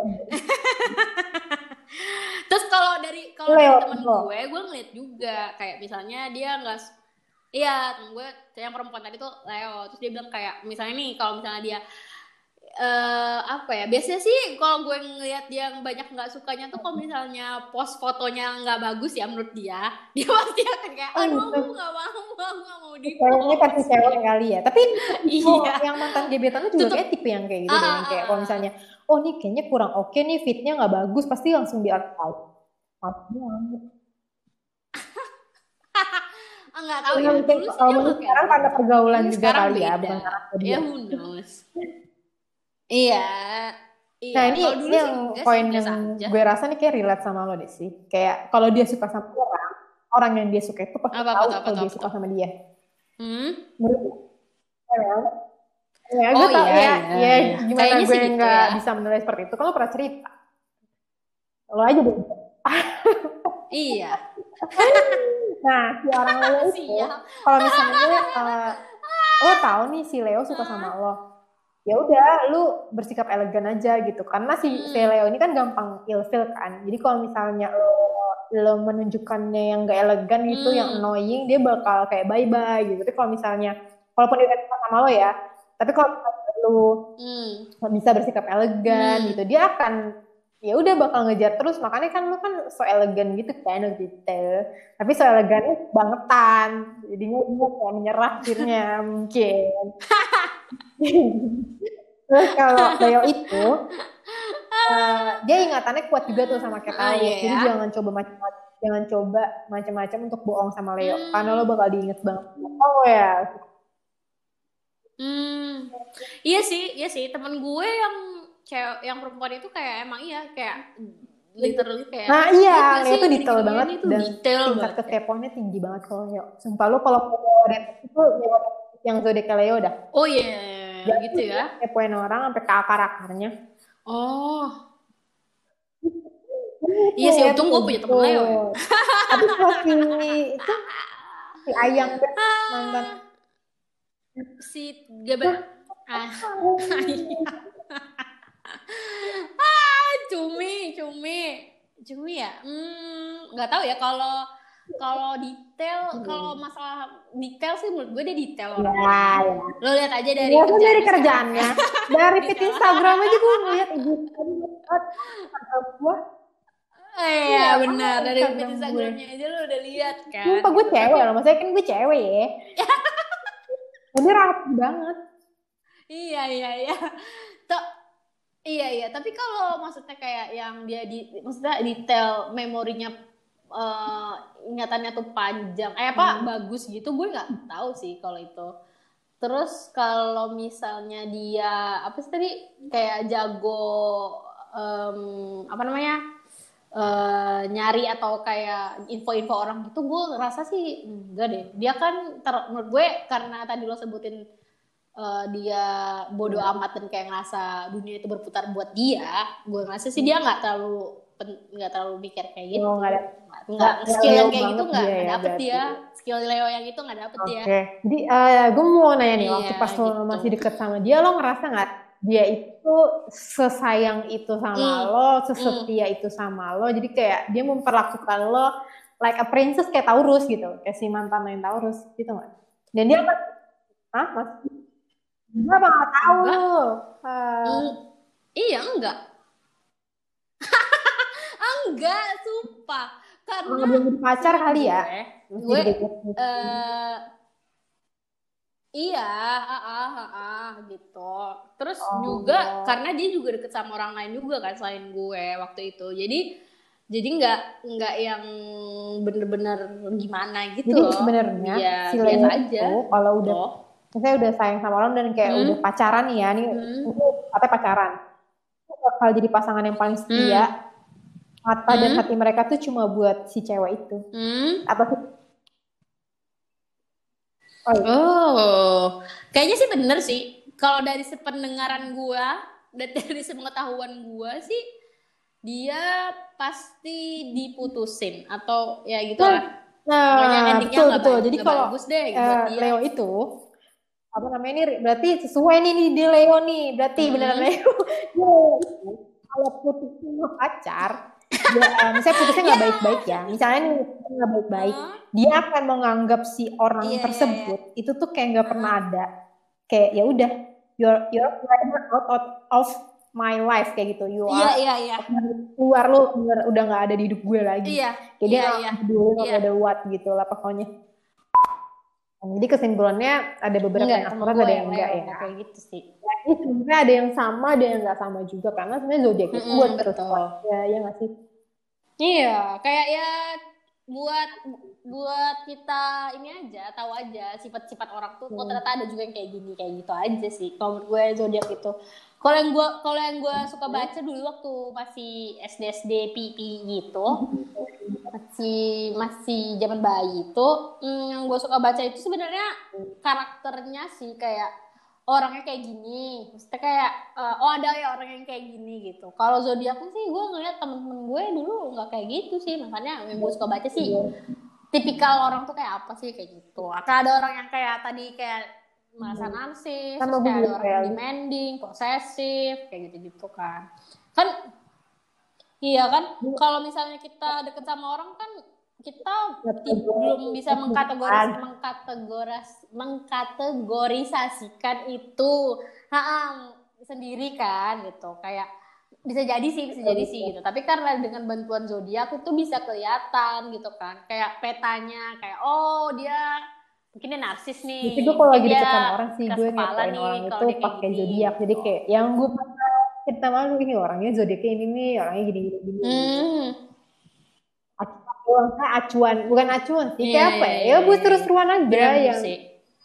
terus kalau dari kalau dari temen gue, gue ngeliat juga kayak misalnya dia nggak iya temen gue yang perempuan tadi tuh Leo, terus dia bilang kayak misalnya nih kalau misalnya dia uh, apa ya biasanya sih kalau gue ngeliat dia banyak nggak sukanya tuh kalau misalnya post fotonya nggak bagus ya menurut dia dia pasti akan kayak aduh aku nggak mau aku nggak mau di kayaknya pasti cewek kali ya tapi iya. yang mantan gebetan tuh juga kayak tipe yang kayak gitu uh, deh yang kayak kalau misalnya oh nih kayaknya kurang oke nih, fitnya nggak bagus, pasti langsung di unfollow. Enggak tahu ya, ya. mungkin Dulu sih kalau dia mungkin nggak kayak sekarang karena gitu. pergaulan Mungkin juga sekarang kali ya, beda. bukan karena dia. Ya who knows. Iya. Iya. Nah ini, Kalau dulu ini sih yang enggak sih, poin biasa yang aja. gue rasa nih kayak relate sama lo deh sih. Kayak kalau dia suka sama orang, orang yang dia suka itu pasti Apa, apa, tahu apa, kalau apa, dia apa, suka apa. sama dia. Hmm? Menurut ya, ya Oh gue tau iya, ya, iya, ya iya. gimana Kayaknya gue sih gitu nggak ya. bisa menilai seperti itu. Kalau lo pernah cerita, lo aja deh. Iya. Nah si orang Leo itu, Siap. kalau misalnya uh, lo tahu nih si Leo suka sama lo, ya udah lu bersikap elegan aja gitu, karena si, Hmm. si Leo ini kan gampang ilfil kan. Jadi kalau misalnya lo, lo menunjukkannya yang gak elegan gitu, Hmm. yang annoying, dia bakal kayak bye bye gitu. Tapi kalau misalnya, walaupun dia suka sama lo ya, tapi kalau lu Hmm. bisa bersikap elegan Hmm. gitu, dia akan ya udah bakal ngejar terus. Makanya kan lu kan so elegan gitu kan gitu, tapi so elegannya bangetan, jadinya dia kayak menyerah akhirnya mungkin. Terus kalau Leo itu uh, dia ingatannya kuat juga tuh sama kayak Taurus. Oh, iya, Jadi ya. jangan coba macam-macam, jangan coba macam-macam untuk bohong sama Leo, Hmm. karena lo bakal diinget banget. Oh ya. Hmm. Iya sih, iya sih. Temen gue yang cewek, yang perempuan itu kayak emang iya kayak literally kayak. Nah iya, Leo Leo tuh detail banget itu dan detail tingkat banget. kekepoannya tinggi banget kalau Leo. Sumpah lo kalau itu yang zodiak Leo dah. Oh iya, yeah. Gitu ya. Kepoin orang sampai ke akar-akarnya. Oh. Iya sih, untung gue punya temen Leo ya. Tapi kalau si itu si Ayang mantan si Gaber ah. ah cumi cumi cumi ya hmm nggak tahu ya kalau kalau detail hmm. kalau masalah detail sih menurut gue dia detail orang ya, ya. Lo lihat aja dari ya, kerjaan dari kerjaannya dari feed Instagram aja gue ngeliat ibu gue Eh, iya benar, dari feed Instagramnya aja lo udah lihat kan. Sumpah gue gitu. Cewek loh, maksudnya kan gue cewek ya. Ini rapi banget. Iya iya iya. Tuh, iya iya. Tapi kalau maksudnya kayak yang dia di, maksudnya detail memorinya, uh, ingatannya tuh panjang, eh apa hmm. bagus gitu, gue nggak tahu sih kalau itu. Terus kalau misalnya dia apa sih tadi kayak jago, um, apa namanya? Uh, nyari atau kayak info-info orang gitu, gue ngerasa sih enggak deh. Dia kan ter, menurut gue karena tadi lo sebutin uh, dia bodoh hmm. amat dan kayak ngerasa dunia itu berputar buat dia, gue ngerasa sih dia nggak terlalu nggak terlalu mikir kayak gitu. Oh, nggak nggak skill yang kayak gitu nggak ya, dapet berarti. Dia skill Leo yang itu nggak dapet okay. dia. Jadi uh, gue mau nanya nih, iya, waktu pas gitu. lo masih deket sama dia, lo ngerasa nggak dia itu sesayang itu sama mm. lo, sesetia mm. itu sama lo, jadi kayak dia memperlakukan lo like a princess kayak Taurus gitu, kayak si mantan lain Taurus gitu nggak? Dan dia apa? Hah mas? Gue apa nggak tahu lo? Uh... Mm. Iya enggak, enggak sumpah karena oh, belum pacar kali ya? Gue, gue uh, iya, ah, ah, ah, ah, gitu. Terus oh, juga oh. karena dia juga deket sama orang lain juga kan selain gue waktu itu. Jadi jadi nggak nggak yang bener-bener gimana gitu. Jadi sebenarnya ya, si Leo itu kalau udah, saya udah sayang sama orang dan kayak hmm. udah pacaran nih ya, nih hmm. katanya pacaran, bakal jadi pasangan yang paling setia. Hmm. Mata hmm. dan hati mereka tuh cuma buat si cewek itu. Hmm. Apa sih? Oh, iya. oh, kayaknya sih bener sih. Kalau dari sependengaran gue dan dari sepengetahuan gue sih, dia pasti diputusin atau ya gitu lah. Nah, betul betul. Jadi kalau bagus deh, uh, Leo itu apa namanya ini berarti sesuai nih nih di Leo nih, berarti hmm. beneran Leo. Kalau putusin pacar. Ya, uh, misalnya putusnya nggak yeah. baik-baik ya, misalnya nih nggak baik-baik, uh. dia akan menganggap si orang yeah, tersebut yeah, yeah. itu tuh kayak nggak uh. pernah ada, kayak ya udah you're you're out, out of my life kayak gitu, you yeah, are yeah, yeah. keluar lo udah nggak ada di hidup gue lagi, yeah. jadi yeah, yeah. dulu nggak yeah. ada what gitu lah pokoknya. Jadi kesimpulannya ada beberapa yang akurat, ada yang enggak ya. Kayak gitu sih. ini sebenarnya ada yang sama, ada yang nggak sama juga karena sebenarnya zodiak itu Mm-mm, buat betul. terus ya, ya nggak sih? Iya, kayak ya buat buat kita ini aja, tahu aja sifat-sifat orang tuh. Hmm. Oh ternyata ada juga yang kayak gini, kayak gitu aja sih. Kalau menurut gue zodiak itu. Kalau yang gue kalau yang gue suka baca dulu waktu masih S D S D P P gitu, masih masih zaman bayi itu, hmm, yang gue suka baca itu sebenarnya karakternya sih kayak orangnya kayak gini, maksudnya kayak uh, oh ada ya orang yang kayak gini gitu. Kalau zodiaknya sih gue ngeliat temen-temen gue dulu nggak kayak gitu sih, makanya yang gue suka baca sih tipikal orang tuh kayak apa sih kayak gitu. Akan ada orang yang kayak tadi kayak merasa narsis, terus kayak ada orang yang demanding, posesif, kayak gitu-gitu kan. Kan iya kan, kalau misalnya kita deket sama orang kan kita belum bisa mengkategoris mengkategoris mengkategorisasikan itu ha sendiri kan gitu. Kayak bisa jadi sih bisa jadi sih gitu, tapi karena dengan bantuan zodiak itu bisa kelihatan gitu kan, kayak petanya kayak oh dia mungkin dia narsis nih. Jadi gue kalau lagi deket sama orang sih gue ngepoin orang itu pakai zodiak, jadi kayak yang gue pernah cerita malu ini orangnya zodiaknya ini nih, orangnya gini gini gini. Hmm. Acuan, acuan, bukan acuan sih, kayak yeah, apa ya? Ya buat terus-terusan aja bener yang. Sih.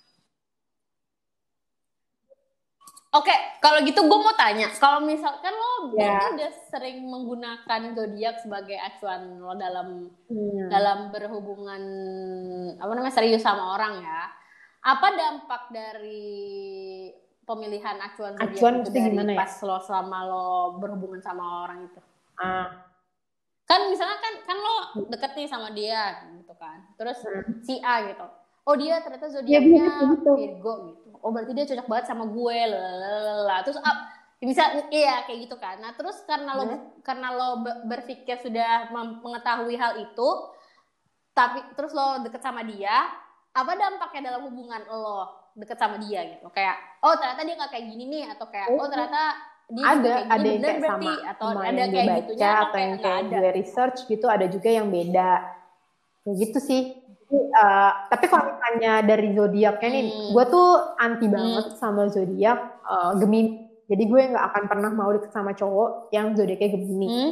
Oke, kalau gitu gue mau tanya, kalau misalkan lo yeah. berarti udah sering menggunakan zodiak sebagai acuan lo dalam hmm. dalam berhubungan apa namanya serius sama orang ya, apa dampak dari pemilihan acuan zodiak acuan itu dari gimana pas ya? lo selama lo berhubungan sama orang itu? Ah. Kan misalnya kan kan lo deket nih sama dia gitu kan, terus hmm. si A gitu, oh dia ternyata zodiaknya ya, gitu. Virgo gitu, oh berarti dia cocok banget sama gue lalala. Terus ah, bisa iya kayak gitu kan. Nah terus karena lo hmm. karena lo berpikir sudah mengetahui hal itu, tapi terus lo deket sama dia, apa dampaknya dalam hubungan lo deket sama dia gitu? Kayak oh ternyata dia nggak kayak gini nih, atau kayak oh ternyata dia ada kayak ada gini, yang kayak berarti, sama atau sama ada yang kayak baca gitunya, atau, atau yang kayak ada. Gue research gitu, ada juga yang beda kayak gitu sih. Uh, tapi kalau misalnya dari zodiaknya nih, hmm. gue tuh anti banget hmm. sama zodiak uh, Gemini. Jadi gue nggak akan pernah mau deket sama cowok yang zodiaknya Gemini. Hmm.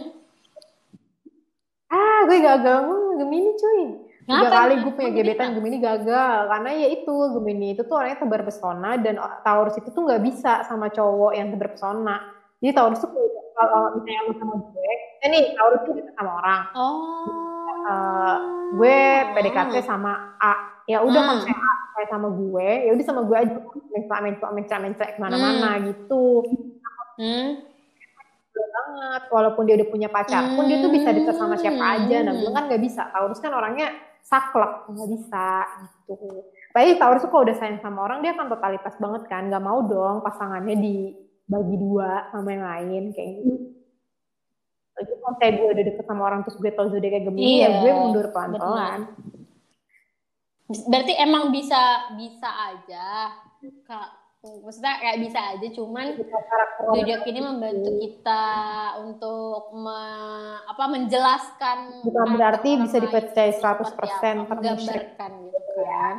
Ah, gue gagal mulu Gemini cuy. Tiga kali gue punya gebetan Gemini gagal, karena ya itu Gemini itu tuh orangnya tebar pesona, dan Taurus itu tuh nggak bisa sama cowok yang tebar pesona. Jadi Taurus tuh kalau misalnya lu sama gue, eh nih Taurus tuh deket sama orang. Oh. Uh, gue P D K T sama A, ya udah hmm. kalau misalnya A kayak sama gue, ya udah sama gue aja, mencela mencela mencela mencela kemana-mana hmm. gitu. Hmm. Banget, walaupun dia udah punya pacar hmm. pun dia tuh bisa deket sama siapa aja. Nah gue kan nggak bisa, Taurus kan orangnya saklek, nggak bisa gitu. Tapi Taurus tuh kalau udah sayang sama orang dia akan totalitas banget kan, nggak mau dong pasangannya dibagi dua sama yang lain kayak gitu. Jadi kalau kayak gue udah deket sama orang terus gue tau zodiaknya Gemini, iya, ya gue mundur pelan-pelan. Berarti emang bisa bisa aja, Kak. Maksudnya kayak bisa aja, cuman zodiak ini membantu kita untuk me, apa menjelaskan. Bukan berarti bisa dipercaya seratus persen menggambarkan gitu kan.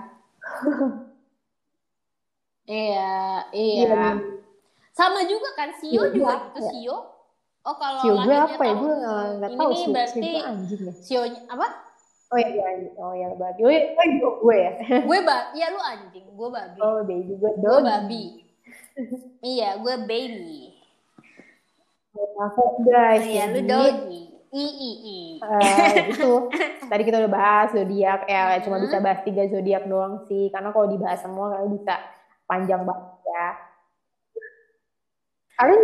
Iya, iya. Sama juga kan Sio juga gitu, Sio. Oh kalau Sio gue apa ya? Gue nggak tahu sih. Berarti Sio apa? Oh iya, oh ya babi. Oh iya, oh, gue ya. Gue babi. Iya lu anjing, gue babi. Oh baby, gue dog. Gue babi. Iya, gue baby. Aku guys. Iya, lu doggy. I i i. Uh, itu tadi kita udah bahas zodiak, ya cuma bisa bahas tiga zodiak doang sih, karena kalau dibahas semua kalau bisa panjang banget ya. Kalian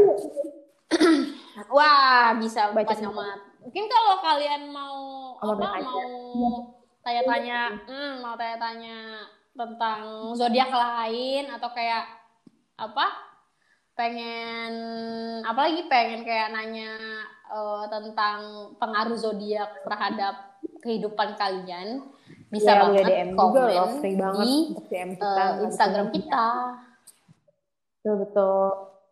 wah bisa baca banget. Mungkin kalau kalian mau apa aja. mau tanya-tanya, hmm, mau tanya-tanya tentang zodiak lain atau kayak apa? Pengen apalagi pengen kayak nanya uh, tentang pengaruh zodiak terhadap kehidupan kalian, bisa ya, banget D M komen juga loh, free banget di untuk D M kita, uh, Instagram kita. Betul betul.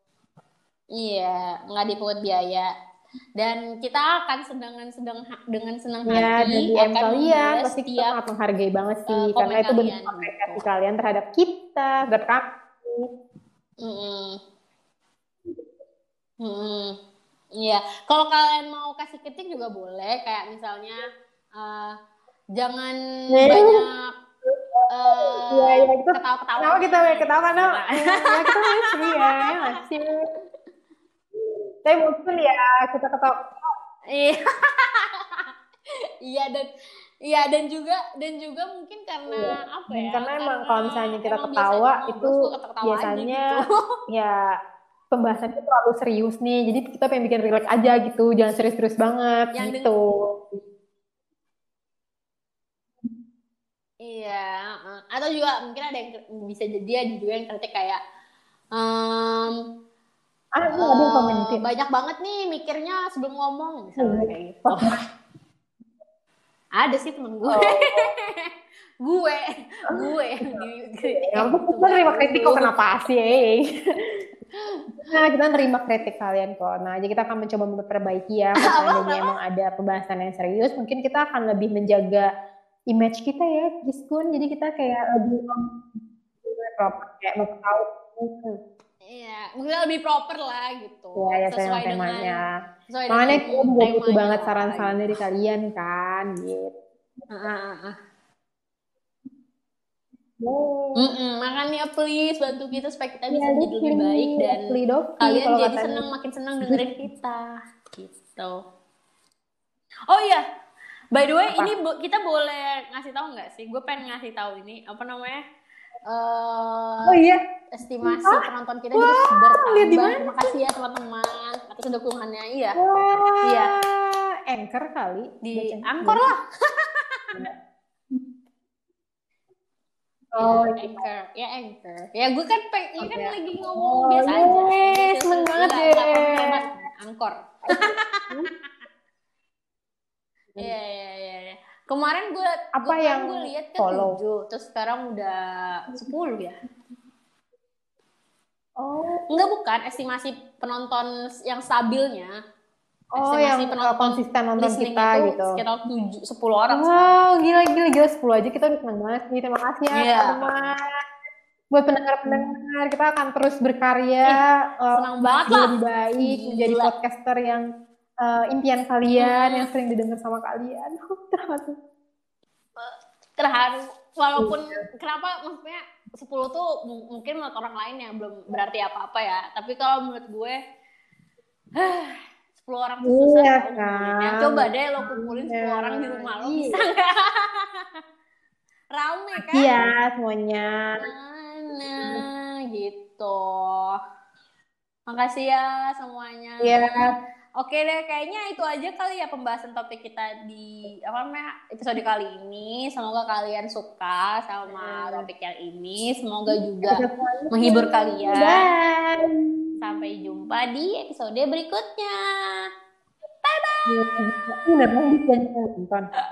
Iya, nggak dipungut biaya. Dan kita akan sedang sedang dengan senang hati ya, akan kalian pasti kita sangat menghargai banget sih, uh, karena itu bentuk apresiasi gitu. Kalian terhadap kita, terhadap kami. Mm-hmm. Hmm, iya. Kalau kalian mau kasih kritik juga boleh, kayak misalnya uh, jangan Ya, banyak uh, ya, ya, kita, ketawa-ketawa. Kenapa kita ketawa karena ya, ya kita lucu ya, ya masih. Tapi mungkin ya kita ketawa. Iya. Iya dan iya dan juga dan juga mungkin karena iya. apa ya? Karena emang kalau misalnya kita ketawa itu biasanya gitu. Ya pembahasannya terlalu serius nih, jadi kita pengen bikin relax aja gitu, jangan serius-serius banget yang gitu. Iya, atau juga mungkin ada yang bisa jadi ada juga yang kritik kayak um, ah, uh, banyak banget nih mikirnya sebelum ngomong misalnya kayak gitu. Ada sih temen gue. Oh. gue, gue ya, aku nerima kritik kok, kenapa sih? Nah, kita nerima kritik kalian kok. Nah, jadi kita akan mencoba memperbaiki ya. Kalau jadi emang ada pembahasan yang serius, mungkin kita akan lebih menjaga image kita ya, Giskun. Jadi kita kayak lebih proper, kayak mau tahu. Iya, mungkin lebih proper lah gitu. Ya, ya sesuai dengan temanya. Makanya kita juga butuh banget saran-saran dari kalian kan, gitu. Uh, uh, uh. Oh. Mm-mm, makanya please bantu kita supaya kita bisa ya, jadi lebih baik dan doki, kalian jadi katanya. senang makin senang dengerin kita gitu. Oh iya, by the way apa? Ini kita boleh ngasih tahu nggak sih? Gue pengen ngasih tahu ini apa namanya? Uh, oh iya, estimasi ah? penonton kita juga bertambah. Terima kasih ya teman-teman atas dukungannya. Iya, Wah, iya. Anchor kali di Anchor lah. Oh, ya, Anchor, ya Anchor. Ya gue kan pengen okay. kan lagi ngomong oh, biasa yes, aja. Seneng banget ya. Anchor. Iya iya iya. Kemarin gue apa gua, yang gue lihat kan tujuh, terus sekarang udah sepuluh ya. Oh. Enggak bukan estimasi penonton yang stabilnya. Oh, yang penonton konsisten nonton kita itu gitu. Sekitar tujuh, sepuluh orang. Wow, gila gila gila sepuluh aja kita udah senang banget nih. Terima kasih ya yeah. teman-teman. Buat pendengar-pendengar, kita akan terus berkarya eh, senang uh, banget lah. Lebih baik gila. Menjadi podcaster yang uh, impian kalian, hmm. yang sering didengar sama kalian. Terharu. Terharu. Walaupun kenapa maksudnya sepuluh tuh mungkin menurut orang lain yang belum berarti apa-apa ya. Tapi kalau menurut gue sepuluh orang tuh susah iya, tau kan? Ya, coba deh lo kumpulin iya. sepuluh orang di rumah lo, bisa nggak? Rame kan? Iya semuanya. Mana gitu. Makasih ya semuanya. Iya. Oke deh, kayaknya itu aja kali ya pembahasan topik kita di apa namanya episode kali ini. Semoga kalian suka sama topik yang ini. Semoga juga menghibur kalian. Bye. Sampai jumpa di episode berikutnya. Bye bye. Bener, bisa nonton.